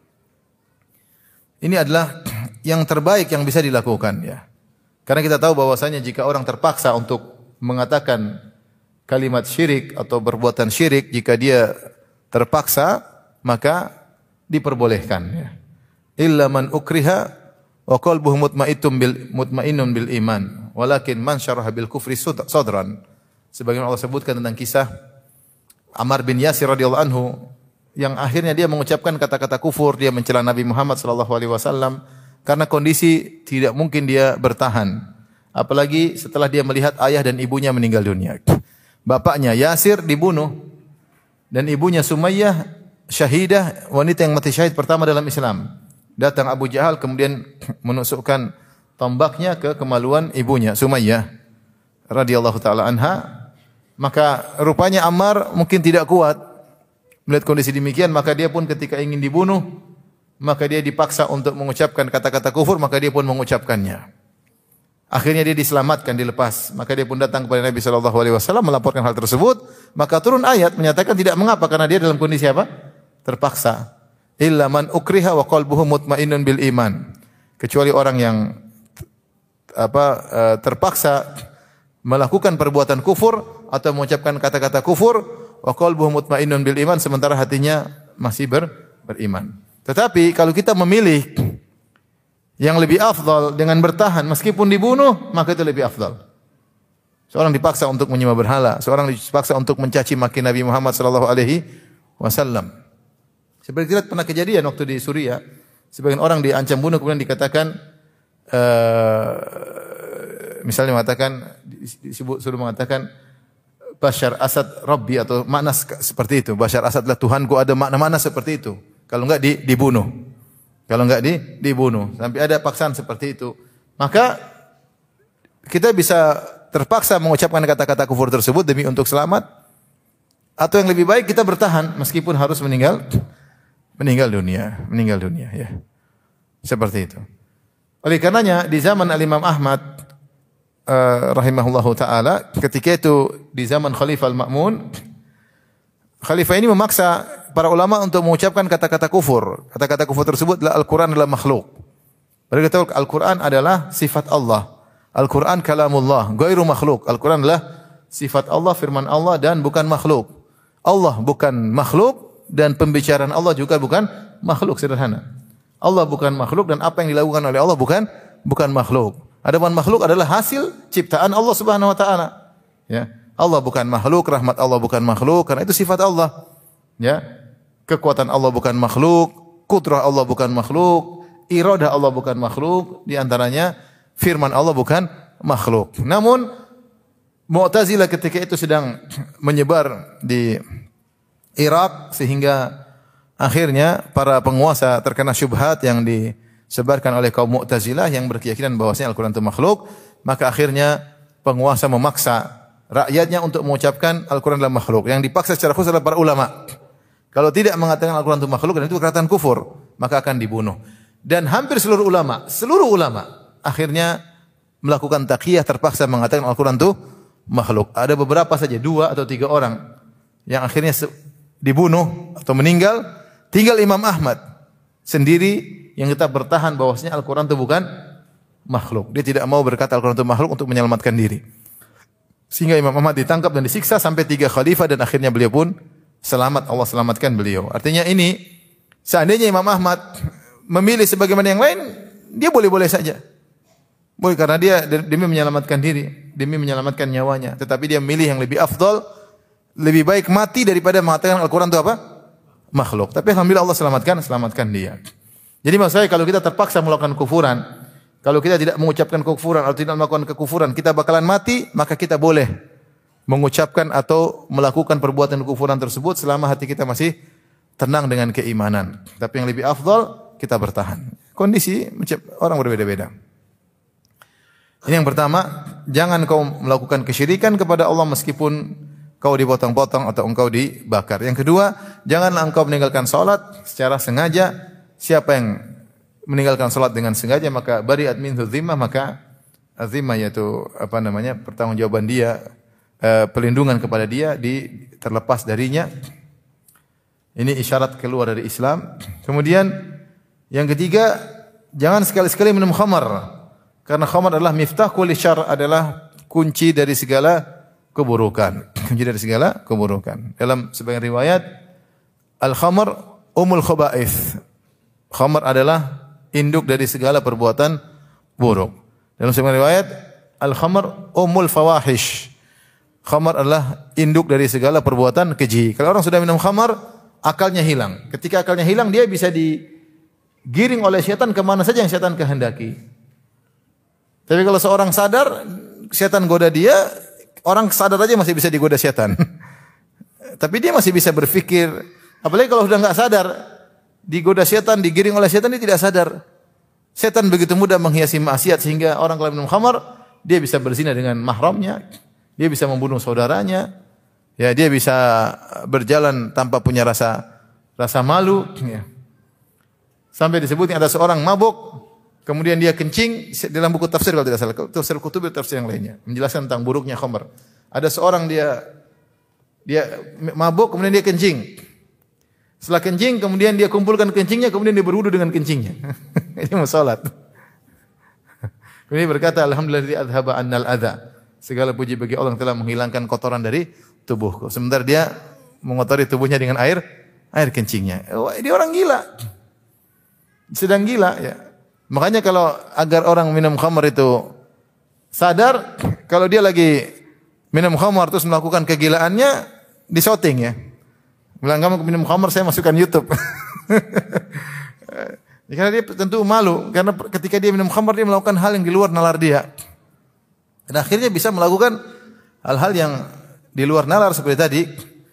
ini adalah yang terbaik yang bisa dilakukan ya. Karena kita tahu bahwasanya jika orang terpaksa untuk mengatakan kalimat syirik atau perbuatan syirik, jika dia terpaksa maka diperbolehkan ya. Illa man ukriha wa qalbuhu mutmainnun bil iman walakin man syaraha bil kufri sadran. Sebagaimana Allah sebutkan tentang kisah Ammar bin Yasir radhiyallahu anhu yang akhirnya dia mengucapkan kata-kata kufur, dia mencela Nabi Muhammad sallallahu alaihi wasallam karena kondisi tidak mungkin dia bertahan. Apalagi setelah dia melihat ayah dan ibunya meninggal dunia. Bapaknya Yasir dibunuh dan ibunya Sumayyah syahidah, wanita yang mati syahid pertama dalam Islam. Datang Abu Jahal kemudian menusukkan tombaknya ke kemaluan ibunya Sumayyah radhiyallahu taala anha. Maka rupanya Ammar mungkin tidak kuat melihat kondisi demikian, maka dia pun ketika ingin dibunuh, maka dia dipaksa untuk mengucapkan kata-kata kufur, maka dia pun mengucapkannya. Akhirnya dia diselamatkan, dilepas. Maka dia pun datang kepada Nabi sallallahu alaihi wasallam melaporkan hal tersebut, maka turun ayat menyatakan tidak mengapa karena dia dalam kondisi apa? Terpaksa. Illa man ukriha wa qalbuhu mutmainnun bil iman. Kecuali orang yang terpaksa melakukan perbuatan kufur atau mengucapkan kata-kata kufur, wa qalbuhu mutmainnun bil iman, sementara hatinya masih beriman. Tetapi kalau kita memilih yang lebih afdal dengan bertahan meskipun dibunuh, maka itu lebih afdal. Seorang dipaksa untuk menyembah berhala, seorang dipaksa untuk mencaci maki Nabi Muhammad sallallahu alaihi wasallam. Seperti kita pernah kejadian waktu di Suriah, sebagian orang diancam bunuh kemudian dikatakan misalnya mengatakan suruh mengatakan Bashar Asad Rabbi atau makna seperti itu. Bashar Asad adalah Tuhanku, ada makna-makna seperti itu. Kalau enggak dibunuh. Kalau enggak dibunuh. Sampai ada paksaan seperti itu. Maka kita bisa terpaksa mengucapkan kata-kata kufur tersebut demi untuk selamat. Atau yang lebih baik kita bertahan meskipun harus meninggal dunia ya. Seperti itu. Oleh karenanya di zaman Al-Imam Ahmad rahimahullahu taala, ketika itu di zaman Khalifah Al-Ma'mun, khalifah ini memaksa para ulama untuk mengucapkan kata-kata kufur. Kata-kata kufur tersebut adalah Al-Qur'an adalah makhluk. Mereka tahu Al-Qur'an adalah sifat Allah. Al-Qur'an kalamullah, ghairu makhluk. Al-Qur'an adalah sifat Allah, firman Allah dan bukan makhluk. Allah bukan makhluk dan pembicaraan Allah juga bukan makhluk, sederhana. Allah bukan makhluk dan apa yang dilakukan oleh Allah bukan makhluk. Adapun makhluk adalah hasil ciptaan Allah Subhanahu wa taala. Ya. Allah bukan makhluk, rahmat Allah bukan makhluk, karena itu sifat Allah. Ya. Kekuatan Allah bukan makhluk, kudrah Allah bukan makhluk, iradah Allah bukan makhluk, di antaranya firman Allah bukan makhluk. Namun Mu'tazilah ketika itu sedang menyebar di Irak sehingga akhirnya para penguasa terkena syubhat yang disebarkan oleh kaum Mu'tazilah yang berkeyakinan bahwasanya Al-Qur'an itu makhluk, maka akhirnya penguasa memaksa rakyatnya untuk mengucapkan Al-Qur'an adalah makhluk. Yang dipaksa secara khusus adalah para ulama. Kalau tidak mengatakan Al-Qur'an itu makhluk dan itu perkataan kufur, maka akan dibunuh. Dan hampir seluruh ulama akhirnya melakukan taqiyah, terpaksa mengatakan Al-Qur'an itu makhluk. Ada beberapa saja, 2 atau 3 orang yang akhirnya dibunuh atau meninggal. Tinggal Imam Ahmad sendiri yang tetap bertahan bahwasanya Al-Qur'an itu bukan makhluk. Dia tidak mau berkata Al-Qur'an itu makhluk untuk menyelamatkan diri. Sehingga Imam Ahmad ditangkap dan disiksa sampai 3 khalifah dan akhirnya beliau pun selamat, Allah selamatkan beliau. Artinya ini, seandainya Imam Ahmad memilih sebagaimana yang lain, dia boleh-boleh saja. Boleh karena dia demi menyelamatkan diri, demi menyelamatkan nyawanya. Tetapi dia memilih yang lebih afdal, lebih baik mati daripada mengatakan Al-Qur'an itu apa? Makhluk. Tapi alhamdulillah Allah selamatkan dia. Jadi maksud saya kalau kita terpaksa melakukan kufuran, kalau kita tidak mengucapkan kekufuran atau tidak melakukan kekufuran, kita bakalan mati, maka kita boleh mengucapkan atau melakukan perbuatan kekufuran tersebut selama hati kita masih tenang dengan keimanan. Tapi yang lebih afdal kita bertahan. Kondisi orang berbeda-beda. Ini yang pertama, jangan kau melakukan kesyirikan kepada Allah meskipun engkau dipotong-potong atau engkau dibakar. Yang kedua, janganlah engkau meninggalkan salat secara sengaja. Siapa yang meninggalkan salat dengan sengaja maka bari'at minhu dhimmah, maka azimah yaitu pertanggungjawaban dia, pelindungan kepada dia terlepas darinya. Ini isyarat keluar dari Islam. Kemudian yang ketiga, jangan sekali-sekali minum khamar. Karena khamar adalah miftah kulli syarr, adalah kunci dari segala keburukan. Kunci dari segala keburukan. Dalam sebagian riwayat, al-khamar umul khaba'ith. Khamar adalah induk dari segala perbuatan buruk. Dalam sebagian riwayat, al-khamar umul fawahish. Khamar adalah induk dari segala perbuatan keji. Kalau orang sudah minum khamar, akalnya hilang. Ketika akalnya hilang, dia bisa digiring oleh syaitan kemana saja yang syaitan kehendaki. Tapi kalau seorang sadar, syaitan goda dia, orang sadar aja masih bisa digoda syaitan. Tapi dia masih bisa berpikir. Apalagi kalau sudah enggak sadar, digoda syaitan, digiring oleh syaitan, dia tidak sadar. Syaitan begitu mudah menghiasi maksiat sehingga orang kalau minum khamar, dia bisa berzina dengan mahramnya, dia bisa membunuh saudaranya, ya dia bisa berjalan tanpa punya rasa malu. Ya. Sampai disebutnya ada seorang mabuk, kemudian dia kencing dalam buku tafsir kalau tidak salah, tafsir Qurtubi, tafsir yang lainnya menjelaskan tentang buruknya khamar. Ada seorang dia mabuk kemudian dia kencing. Setelah kencing kemudian dia kumpulkan kencingnya kemudian dia berwudu dengan kencingnya. Ini mau salat. Kemudian berkata alhamdulillah adhaba annal adza. Segala puji bagi Allah yang telah menghilangkan kotoran dari tubuhku. Sementara dia mengotori tubuhnya dengan air kencingnya. Oh, dia orang gila. Sedang gila ya. Makanya kalau agar orang minum khamar itu sadar, kalau dia lagi minum khamar terus melakukan kegilaannya, disoting ya. Bilang kamu minum khamar, saya masukkan YouTube. Karena dia tentu malu, karena ketika dia minum khamar dia melakukan hal yang di luar nalar dia. Dan akhirnya bisa melakukan hal-hal yang di luar nalar seperti tadi,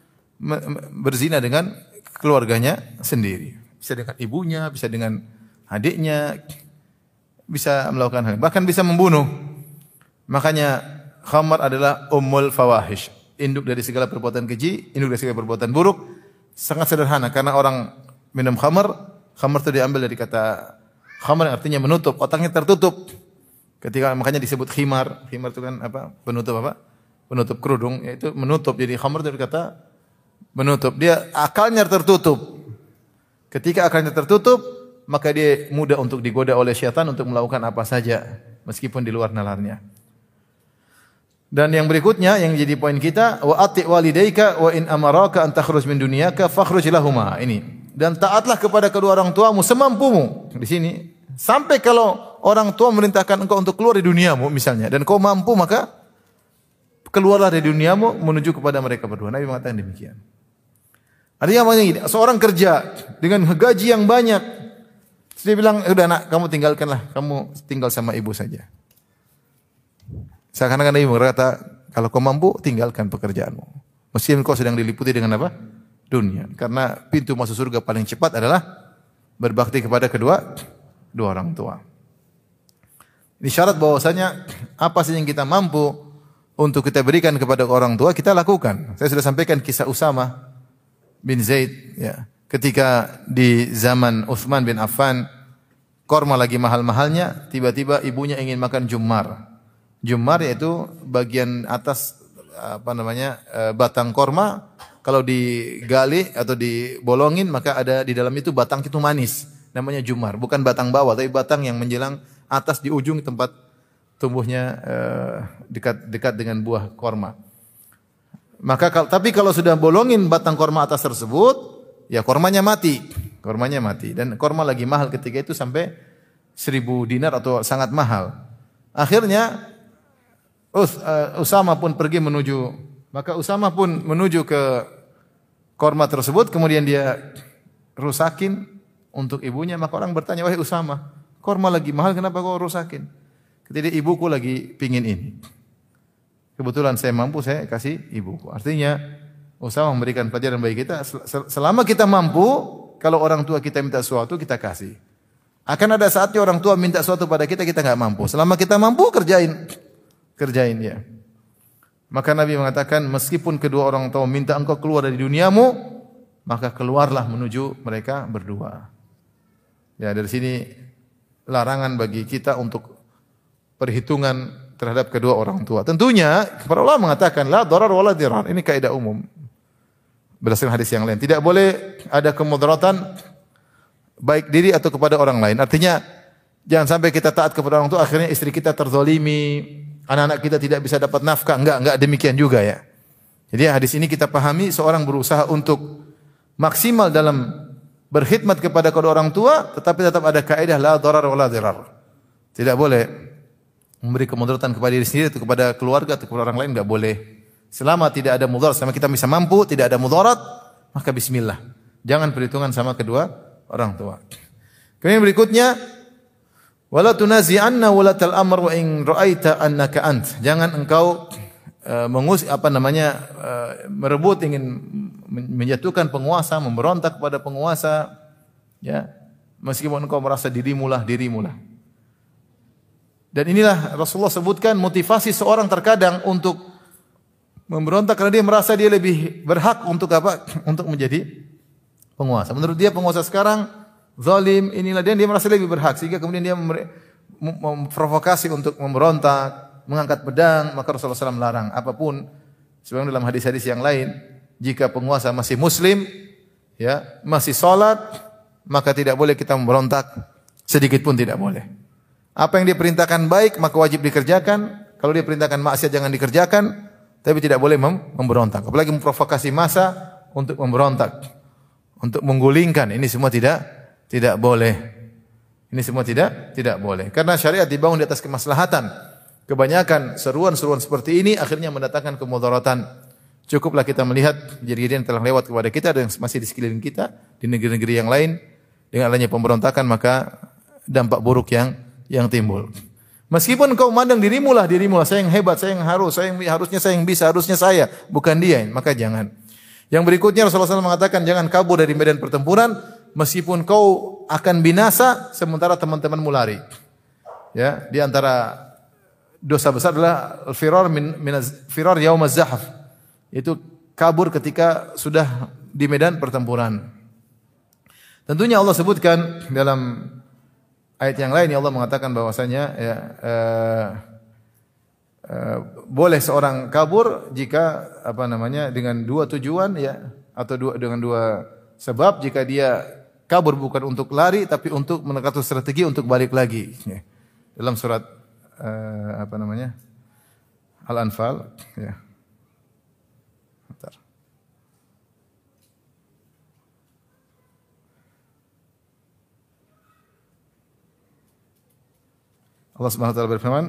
berzina dengan keluarganya sendiri. Bisa dengan ibunya, bisa dengan adiknya, bisa melakukan hal, bahkan bisa membunuh. Makanya khamar adalah ummul fawahish, induk dari segala perbuatan keji, induk dari segala perbuatan buruk. Sangat sederhana karena orang minum khamar itu diambil dari kata khamar yang artinya menutup, otaknya tertutup. Makanya disebut khimar. Khimar itu kan apa? Penutup apa? Penutup kerudung, yaitu menutup. Jadi khamar itu dari kata menutup. Dia akalnya tertutup. Ketika akalnya tertutup, maka dia mudah untuk digoda oleh syaitan untuk melakukan apa saja meskipun di luar nalarnya. Dan yang berikutnya yang jadi poin kita, wa ati walidayka wa in amaraka an takhruj min dunyaka fakhruj lahumā. Ini. Dan taatlah kepada kedua orang tuamu semampumu. Di sini sampai kalau orang tua memerintahkan engkau untuk keluar dari duniamu misalnya dan kau mampu maka keluarlah dari duniamu menuju kepada mereka berdua. Nabi mengatakan demikian. Artinya apa ini? Seorang kerja dengan gaji yang banyak. Terus dia bilang, "Udah nak, kamu tinggalkanlah, kamu tinggal sama ibu saja." Seakan-akan Nabi berkata, kalau kau mampu, tinggalkan pekerjaanmu. Meskipun kau sedang diliputi dengan apa? Dunia. Karena pintu masuk surga paling cepat adalah berbakti kepada kedua orang tua. Ini syarat bahwasanya apa saja yang kita mampu untuk kita berikan kepada orang tua, kita lakukan. Saya sudah sampaikan kisah Usama bin Zaid. Ya. Ketika di zaman Utsman bin Affan, korma lagi mahal-mahalnya, tiba-tiba ibunya ingin makan jummar. Jummar yaitu bagian atas batang korma, kalau digali atau dibolongin maka ada di dalam itu batang itu manis, namanya jummar, bukan batang bawah tapi batang yang menjelang atas di ujung tempat tumbuhnya dekat dengan buah korma. Tapi kalau sudah bolongin batang korma atas tersebut, ya kormanya mati dan korma lagi mahal ketika itu sampai 1.000 dinar atau sangat mahal. Akhirnya Usama pun pergi Usama pun menuju ke korma tersebut, kemudian dia rusakin untuk ibunya. Maka orang bertanya, wahai Usama, korma lagi mahal, kenapa kau rusakin? Ketika ibuku lagi pingin ini. Kebetulan saya mampu, saya kasih ibuku. Artinya Usama memberikan pelajaran bagi kita, selama kita mampu, kalau orang tua kita minta sesuatu, kita kasih. Akan ada saatnya orang tua minta sesuatu pada kita, kita enggak mampu. Selama kita mampu, kerjain ya. Maka Nabi mengatakan, meskipun kedua orang tua minta engkau keluar dari duniamu, maka keluarlah menuju mereka berdua. Ya, dari sini larangan bagi kita untuk perhitungan terhadap kedua orang tua. Tentunya para ulama mengatakan la darar wala dirar. Ini kaidah umum. Berdasarkan hadis yang lain, tidak boleh ada kemudaratan baik diri atau kepada orang lain. Artinya jangan sampai kita taat kepada orang tua akhirnya istri kita terzalimi, anak-anak kita tidak bisa dapat nafkah. Enggak demikian juga ya. Jadi hadis ini kita pahami seorang berusaha untuk maksimal dalam berkhidmat kepada kedua orang tua, tetapi tetap ada kaidah la darar wala dirar. Tidak boleh memberi kemudaratan kepada diri sendiri atau kepada keluarga atau kepada orang lain, enggak boleh. Selama tidak ada mudarat, selama kita bisa mampu, tidak ada mudarat, maka bismillah. Jangan perhitungan sama kedua orang tua. Kemudian berikutnya, wala tunazi'anna walatal amr wa in ra'aita annaka ant. Jangan engkau merebut, ingin menjatuhkan penguasa, memberontak kepada penguasa, ya, meskipun engkau merasa dirimulah. Dan inilah Rasulullah sebutkan motivasi seorang terkadang untuk memberontak karena dia merasa dia lebih berhak untuk apa? Untuk menjadi penguasa. Menurut dia penguasa sekarang zalim, inilah dia merasa lebih berhak sehingga kemudian dia memprovokasi untuk memberontak, mengangkat pedang, maka Rasulullah SAW melarang apapun. Sebagaimana dalam hadis-hadis yang lain, jika penguasa masih muslim, ya, masih salat, maka tidak boleh kita memberontak, sedikit pun tidak boleh. Apa yang dia perintahkan baik maka wajib dikerjakan. Kalau dia perintahkan maksiat jangan dikerjakan. Tapi tidak boleh memberontak. Apalagi memprovokasi massa untuk memberontak, untuk menggulingkan. Ini semua tidak boleh. Ini semua tidak boleh. Karena syariat dibangun di atas kemaslahatan. Kebanyakan seruan-seruan seperti ini akhirnya mendatangkan kemudaratan. Cukuplah kita melihat kejadian yang telah lewat kepada kita dan yang masih di sekeliling kita di negeri-negeri yang lain, dengan adanya pemberontakan maka dampak buruk yang timbul. Meskipun kau memandang dirimu lah, saya yang hebat, saya yang harusnya saya yang bisa, harusnya saya, bukan dia, maka jangan. Yang berikutnya Rasulullah SAW mengatakan jangan kabur dari medan pertempuran meskipun kau akan binasa sementara teman-temanmu lari. Ya, di antara dosa besar adalah firar yaum az-zahf. Itu kabur ketika sudah di medan pertempuran. Tentunya Allah sebutkan dalam ayat yang lain Allah mengatakan bahwasanya ya, boleh seorang kabur jika dengan dua tujuan ya, atau dengan dua sebab. Jika dia kabur bukan untuk lari tapi untuk menekati strategi untuk balik lagi. Ya. Dalam surat Al-Anfal ya. Allah Subhanahu wa taala berfirman,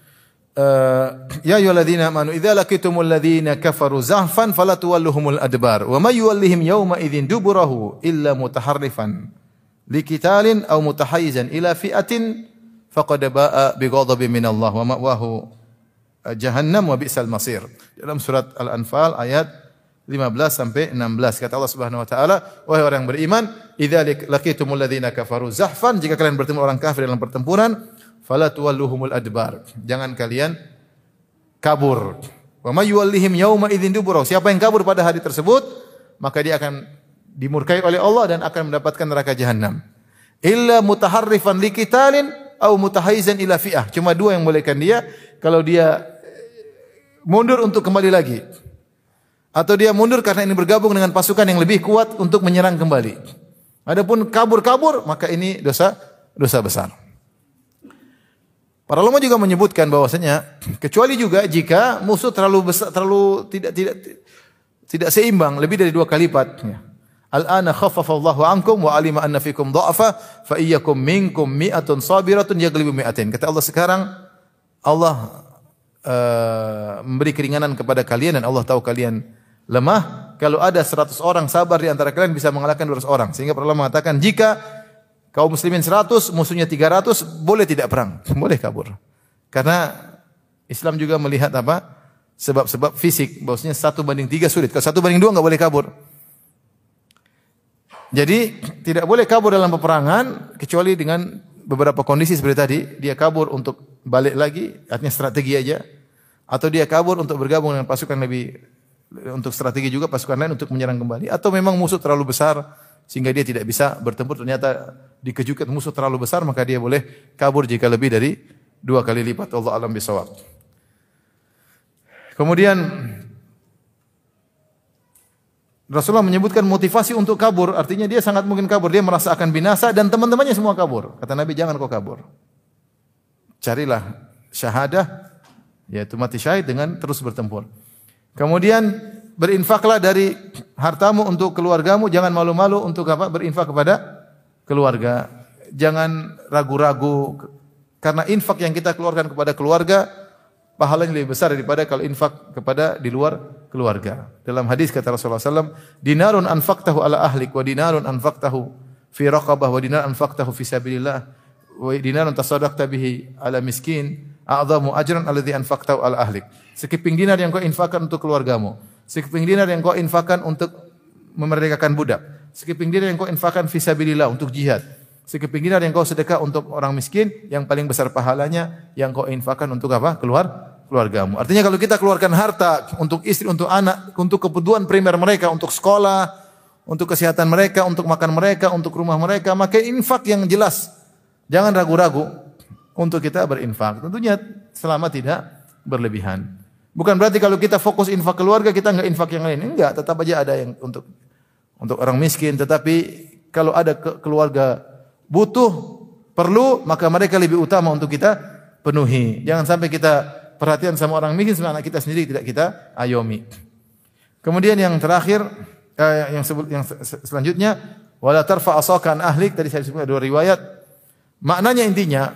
ya ayyuhalladzina amanu idza laqitumul ladzina kafaru zahfan fala tuwalluhumul adbar wa may yuwallihim yawma idzin duburahu illa mutaharrifan liqitalin aw mutahayyizan ila fi'atin faqad ba'a bighadabin minallah wa ma'wahu jahannam wa bi'sal masir. Dalam surat Al-Anfal ayat 15 sampai 16 kata Allah Subhanahu wa taala, wahai orang beriman, idza laqitumul ladzina kafaru zahfan, jika kalian bertemu orang kafir dalam pertempuran, fala tuwalluhumul adbar, jangan kalian kabur. Wa may yuwallihim yauma idzin dubura, siapa yang kabur pada hari tersebut maka dia akan dimurkai oleh Allah dan akan mendapatkan neraka jahanam. Illa mutaharrifan liqitalin aw mutahayyizan ila fi'ah, cuma dua yang bolehkan dia, kalau dia mundur untuk kembali lagi atau dia mundur karena ini bergabung dengan pasukan yang lebih kuat untuk menyerang kembali. Adapun kabur maka ini dosa besar. Para ulama juga menyebutkan bahwasanya kecuali juga jika musuh terlalu besar, terlalu tidak seimbang, lebih dari dua kali lipat. Al-ana khaffafa Allahu ankum wa alima anna fikum dha'fa fa iyyakum minkum mi'atun sabiratun yaghlibu mi'atain. Kata Allah, sekarang Allah memberi keringanan kepada kalian dan Allah tahu kalian lemah. Kalau ada 100 orang sabar di antara kalian bisa mengalahkan 200 orang. Sehingga para ulama mengatakan jika kaum muslimin 100, musuhnya 300, boleh tidak perang, boleh kabur. Karena Islam juga melihat sebab-sebab fisik, bahwasanya 1:3 sulit. Kalau 1:2 enggak boleh kabur. Jadi tidak boleh kabur dalam peperangan kecuali dengan beberapa kondisi seperti tadi. Dia kabur untuk balik lagi, artinya strategi aja. Atau dia kabur untuk bergabung dengan pasukan lebih, untuk strategi juga pasukan lain untuk menyerang kembali. Atau memang musuh terlalu besar sehingga dia tidak bisa bertempur, ternyata dikejutkan musuh terlalu besar, maka dia boleh kabur jika lebih dari 2 kali lipat. Allah alam bisawab. Kemudian Rasulullah menyebutkan motivasi untuk kabur, artinya dia sangat mungkin kabur, dia merasa akan binasa dan teman-temannya semua kabur. Kata Nabi, jangan kau kabur. Carilah syahadah, yaitu mati syahid dengan terus bertempur. Kemudian berinfaklah dari hartamu untuk keluargamu, jangan malu-malu untuk apa? Berinfak kepada keluarga. Jangan ragu-ragu, karena infak yang kita keluarkan kepada keluarga pahalanya lebih besar daripada kalau infak kepada di luar keluarga. Dalam hadis kata Rasulullah SAW, dinarun anfaqtahu ala ahlik, wa dinarun anfaqtahu fi raqabah, wa dinarun anfaqtahu fi sabilillah, wa dinarun tasaddaqta bihi ala miskin, a'zamu ajran alladhi anfaqtahu ala ahlik. Sekeping dinar yang kau infakkan untuk keluargamu, sekeping dinar yang kau infakkan untuk memerdekakan budak, sekeping dinar yang kau infakkan fi sabilillah untuk jihad, sekeping dinar yang kau sedekah untuk orang miskin, yang paling besar pahalanya yang kau infakkan untuk apa? Keluargamu. Artinya kalau kita keluarkan harta untuk istri, untuk anak, untuk kebutuhan primer mereka, untuk sekolah, untuk kesehatan mereka, untuk makan mereka, untuk rumah mereka, maka infak yang jelas. Jangan ragu-ragu untuk kita berinfak. Tentunya selama tidak berlebihan. Bukan berarti kalau kita fokus infak keluarga, kita enggak infak yang lain. Enggak, tetap aja ada yang untuk orang miskin. Tetapi kalau ada keluarga butuh, perlu, maka mereka lebih utama untuk kita penuhi. Jangan sampai kita perhatian sama orang miskin, sama anak kita sendiri tidak kita ayomi. Kemudian yang terakhir, yang selanjutnya, wala tarfa asaka an ahlik, tadi saya sebutkan dua riwayat. Maknanya intinya,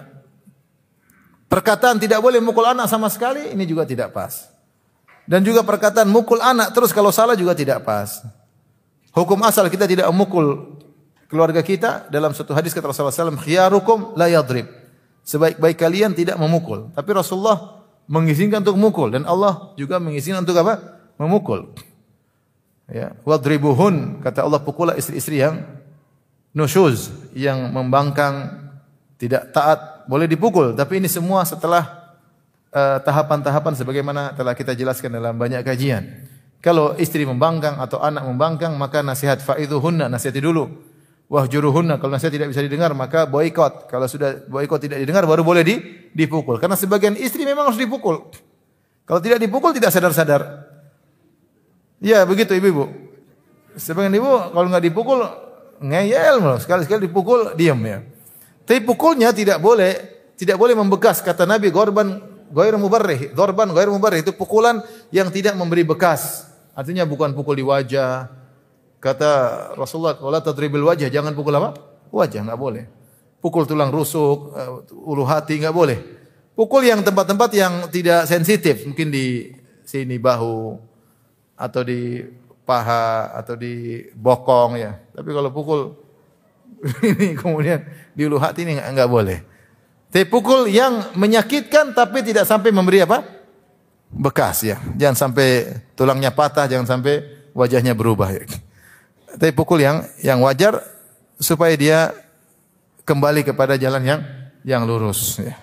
perkataan tidak boleh mukul anak sama sekali, ini juga tidak pas. Dan juga perkataan mukul anak terus kalau salah juga tidak pas. Hukum asal kita tidak memukul keluarga kita. Dalam satu hadis kata Rasulullah SAW, khiyarukum la yadrib. Sebaik-baik kalian tidak memukul. Tapi Rasulullah mengizinkan untuk memukul. Dan Allah juga mengizinkan untuk apa? Memukul. Ya, wadribuhun, kata Allah, pukullah istri-istri yang nusyuz, yang membangkang, tidak taat, boleh dipukul. Tapi ini semua setelah tahapan-tahapan sebagaimana telah kita jelaskan dalam banyak kajian. Kalau istri membangkang atau anak membangkang, maka nasihat fa'idhuhunna, nasihati dulu. Wahjuruhunna, kalau nasihat tidak bisa didengar, maka boikot. Kalau sudah boikot tidak didengar, baru boleh dipukul. Karena sebagian istri memang harus dipukul. Kalau tidak dipukul, tidak sadar-sadar. Ya, begitu ibu-ibu. Sebagian ibu, kalau nggak dipukul, ngeyel. Sekali-sekali dipukul, diam ya. Tapi pukulnya tidak boleh membekas. Kata Nabi, gorban Ghair mubarrih, dorban ghair mubarrih, itu pukulan yang tidak memberi bekas. Artinya bukan pukul di wajah. Kata Rasulullah, wala tadribil wajah, jangan pukul apa? Wajah, enggak boleh. Pukul tulang rusuk, ulu hati enggak boleh. Pukul yang tempat-tempat yang tidak sensitif, mungkin di sini bahu atau di paha atau di bokong ya. Tapi kalau pukul ini kemudian di ulu hati ini enggak boleh. Tapi pukul yang menyakitkan tapi tidak sampai memberi apa? Bekas ya. Jangan sampai tulangnya patah, jangan sampai wajahnya berubah ya. Tapi pukul yang wajar supaya dia kembali kepada jalan yang lurus ya.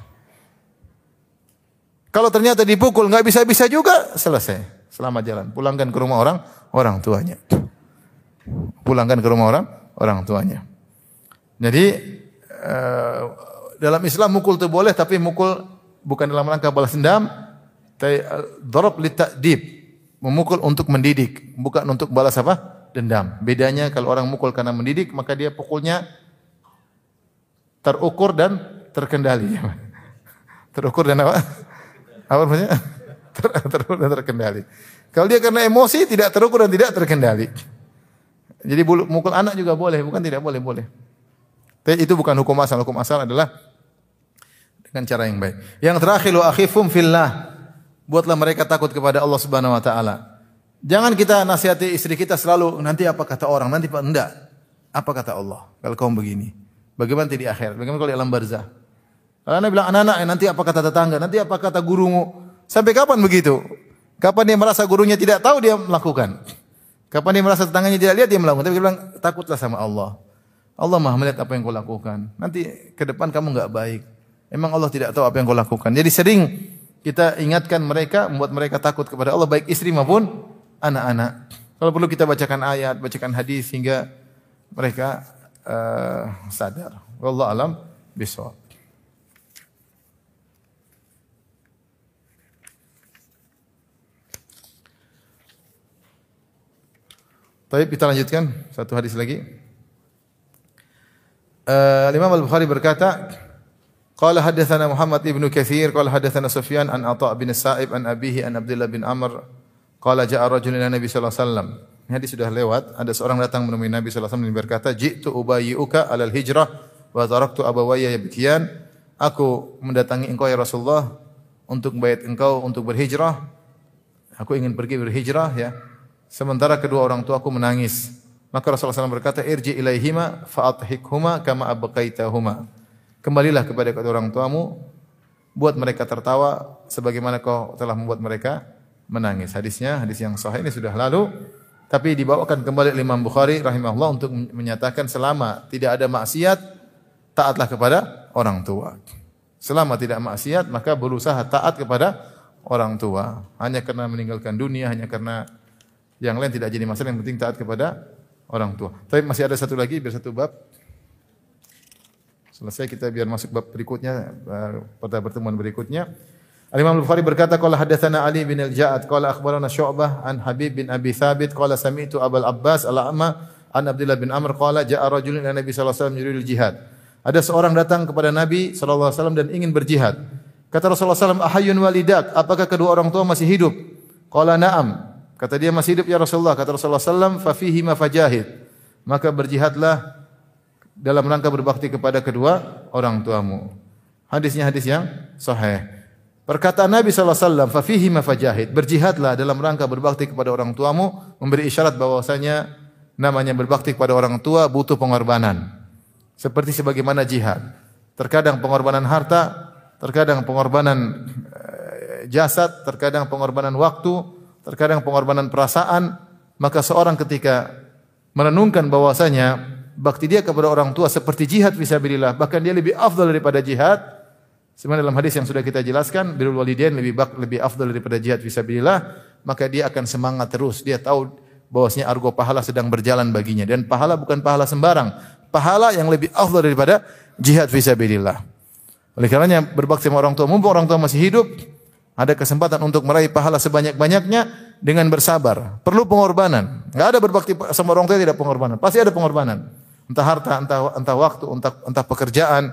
Kalau ternyata dipukul enggak bisa-bisa juga, selesai. Selamat jalan. Pulangkan ke rumah orang tuanya. Pulangkan ke rumah orang tuanya. Jadi dalam Islam mukul itu boleh, tapi mukul bukan dalam rangka balas dendam. Darab li ta'dib, memukul untuk mendidik, bukan untuk balas apa? Dendam. Bedanya kalau orang mukul karena mendidik, maka dia pukulnya terukur dan terkendali. Terukur dan apa? Apa maksudnya? Terukur dan terkendali. Kalau dia karena emosi, tidak terukur dan tidak terkendali. Jadi mukul anak juga boleh, bukan tidak boleh, boleh. Tapi itu bukan hukum asal. Hukum asal adalah dengan cara yang baik. Yang terakhir, wa akhifum fillah. Buatlah mereka takut kepada Allah Subhanahu wa taala. Jangan kita nasihati istri kita selalu nanti apa kata orang, nanti enggak. Apa kata Allah? Kalau kamu begini. Bagaimana di akhir? Bagaimana kalau di alam barzah? Kalau Anda bilang anak-anak, nanti apa kata tetangga, nanti apa kata gurumu? Sampai kapan begitu? Kapan dia merasa gurunya tidak tahu dia melakukan? Kapan dia merasa tetangganya tidak lihat dia melakukan? Tapi dia bilang takutlah sama Allah. Allah Maha melihat apa yang kau lakukan. Nanti ke depan kamu enggak baik. Emang Allah tidak tahu apa yang kau lakukan. Jadi sering kita ingatkan mereka, membuat mereka takut kepada Allah, baik istri maupun anak-anak. Kalau perlu kita bacakan ayat, bacakan hadis hingga mereka sadar. Wallahu alam bishawab. Baik, kita lanjutkan satu hadis lagi. Imam Al-Bukhari berkata, qala hadatsana Muhammad ibnu Katsir qala hadatsana Sufyan an Atha bin Sa'ib an abihi an Abdullah bin Amr qala ja'a rajulun ila Nabi sallallahu alaihi wasallam. Ini hadis sudah lewat. Ada seorang datang menemui Nabi sallallahu alaihi wasallam dan berkata, "Ji'tu ubayyi'uka 'alal hijrah wa taraktu abawayya yabkiyan." Aku mendatangi engkau ya Rasulullah untuk membayar engkau untuk berhijrah. Aku ingin pergi berhijrah ya. Sementara kedua orang tuaku menangis. Maka Rasulullah SAW berkata, "Irji ilaihima fa'adhikhuma kama abqaitahuma." Kembalilah kepada kedua orang tuamu, buat mereka tertawa sebagaimana kau telah membuat mereka menangis. Hadisnya hadis yang sahih, ini sudah lalu, tapi dibawakan kembali oleh Imam Bukhari rahimahullah untuk menyatakan selama tidak ada maksiat, taatlah kepada orang tua. Selama tidak maksiat, maka berusaha taat kepada orang tua. Hanya karena meninggalkan dunia, hanya karena yang lain tidak jadi masalah, yang penting taat kepada orang tua. Tapi masih ada satu lagi, biar satu bab. Selesai kita biar masuk bab berikutnya, pada pertemuan berikutnya. Al-Imam Al-Bukhari berkata, qala hadatsana Ali bin Al-Ja'ad qala akhbarana Syu'bah an Habib bin Abi Thabit qala sami'tu Abul Abbas Al-A'ma an Abdullah bin Amr qala ja'a rajulun ila Nabi sallallahu alaihi wasallam yuridul jihad. Ada seorang datang kepada Nabi sallallahu alaihi wasallam dan ingin berjihad. Kata Rasulullah sallallahu alaihi wasallam, ahayyun walidak, apakah kedua orang tua masih hidup? Qala na'am. Kata dia, masih hidup ya Rasulullah. Kata Rasulullah sallallahu alaihi wasallam, fa fihi ma fajahid. Maka berjihadlah dalam rangka berbakti kepada kedua orang tuamu. Hadisnya hadis yang sahih. Perkataan Nabi sallallahu alaihi wasallam, fa fihi ma fajahid. Berjihadlah dalam rangka berbakti kepada orang tuamu, memberi isyarat bahwasanya namanya berbakti kepada orang tua butuh pengorbanan. Seperti sebagaimana jihad. Terkadang pengorbanan harta, terkadang pengorbanan jasad, terkadang pengorbanan waktu, terkadang pengorbanan perasaan. Maka seorang ketika merenungkan bahwasanya bakti dia kepada orang tua seperti jihad fisabilillah, bahkan dia lebih afdal daripada jihad. Sebenarnya dalam hadis yang sudah kita jelaskan, birrul walidain lebih afdal daripada jihad fisabilillah, maka dia akan semangat terus. Dia tahu bahwasanya argo pahala sedang berjalan baginya, dan pahala bukan pahala sembarang, pahala yang lebih afdal daripada jihad fisabilillah. Oleh karenanya berbakti sama orang tua, mumpung orang tua masih hidup, ada kesempatan untuk meraih pahala sebanyak-banyaknya dengan bersabar. Perlu pengorbanan. Enggak ada berbakti sama orang tua tidak pengorbanan. Pasti ada pengorbanan. Entah harta, entah waktu, entah pekerjaan,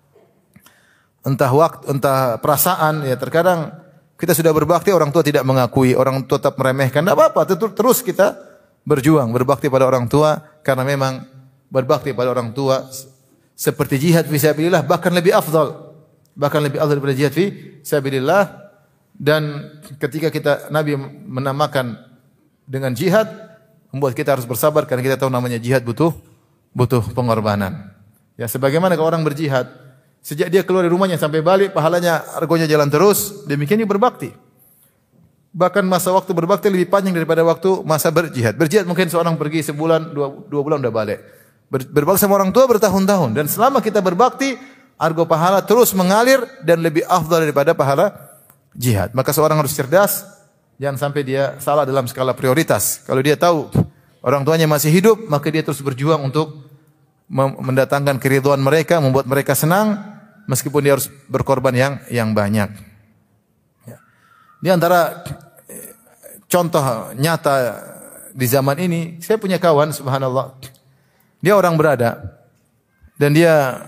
entah perasaan. Ya, terkadang kita sudah berbakti, orang tua tidak mengakui, orang tua tetap meremehkan. Tidak apa-apa, terus kita berjuang berbakti pada orang tua, karena memang berbakti pada orang tua seperti jihad fisabilillah, bahkan lebih afdal daripada jihad fisabilillah. Dan ketika Nabi menamakan dengan jihad, membuat kita harus bersabar karena kita tahu namanya jihad butuh pengorbanan. Ya, sebagaimana kalau orang berjihad, sejak dia keluar dari rumahnya sampai balik pahalanya argonya jalan terus, demikian dia berbakti. Bahkan masa waktu berbakti lebih panjang daripada waktu masa berjihad. Berjihad mungkin seorang pergi sebulan, dua bulan udah balik. Berbakti sama orang tua bertahun-tahun, dan selama kita berbakti, argo pahala terus mengalir dan lebih afdal daripada pahala jihad. Maka seorang harus cerdas, jangan sampai dia salah dalam skala prioritas. Kalau dia tahu orang tuanya masih hidup, maka dia terus berjuang untuk mendatangkan keridhaan mereka, membuat mereka senang, meskipun dia harus berkorban yang banyak. Ya. Di antara contoh nyata di zaman ini, saya punya kawan, subhanallah, dia orang berada, dan dia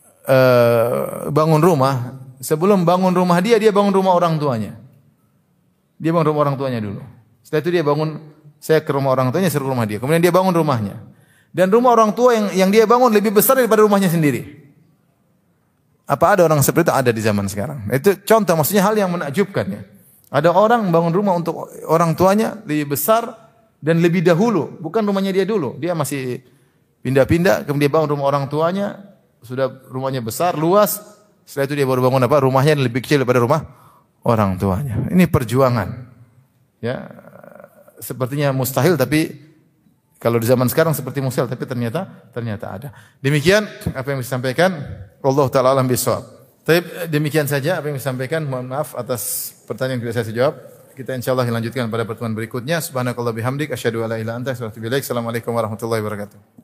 bangun rumah. Sebelum bangun rumah dia bangun rumah orang tuanya. Dia bangun rumah orang tuanya dulu. Setelah itu dia bangun, saya ke rumah orang tuanya, suruh ke rumah dia. Kemudian dia bangun rumahnya. Dan rumah orang tua yang dia bangun lebih besar daripada rumahnya sendiri. Apa ada orang seperti itu? Ada di zaman sekarang. Itu contoh, maksudnya hal yang menakjubkan ya. Ada orang bangun rumah untuk orang tuanya lebih besar dan lebih dahulu. Bukan rumahnya dia dulu. Dia masih pindah-pindah, kemudian dia bangun rumah orang tuanya. Sudah rumahnya besar, luas. Setelah itu dia baru bangun rumahnya yang lebih kecil daripada rumah orang tuanya. Ini perjuangan. Ya, sepertinya mustahil, tapi kalau di zaman sekarang seperti mustahil, tapi ternyata ada. Demikian apa yang disampaikan. Wallahu taala alam bisawab. Tapi demikian saja apa yang saya sampaikan. Mohon maaf atas pertanyaan yang tidak saya jawab. Kita insyaallah lanjutkan pada pertemuan berikutnya. Subhanakallah bihamdik asyhadu alla ilaha illa anta astaghfiruka wa atubu ilaik. Assalamualaikum warahmatullahi wabarakatuh.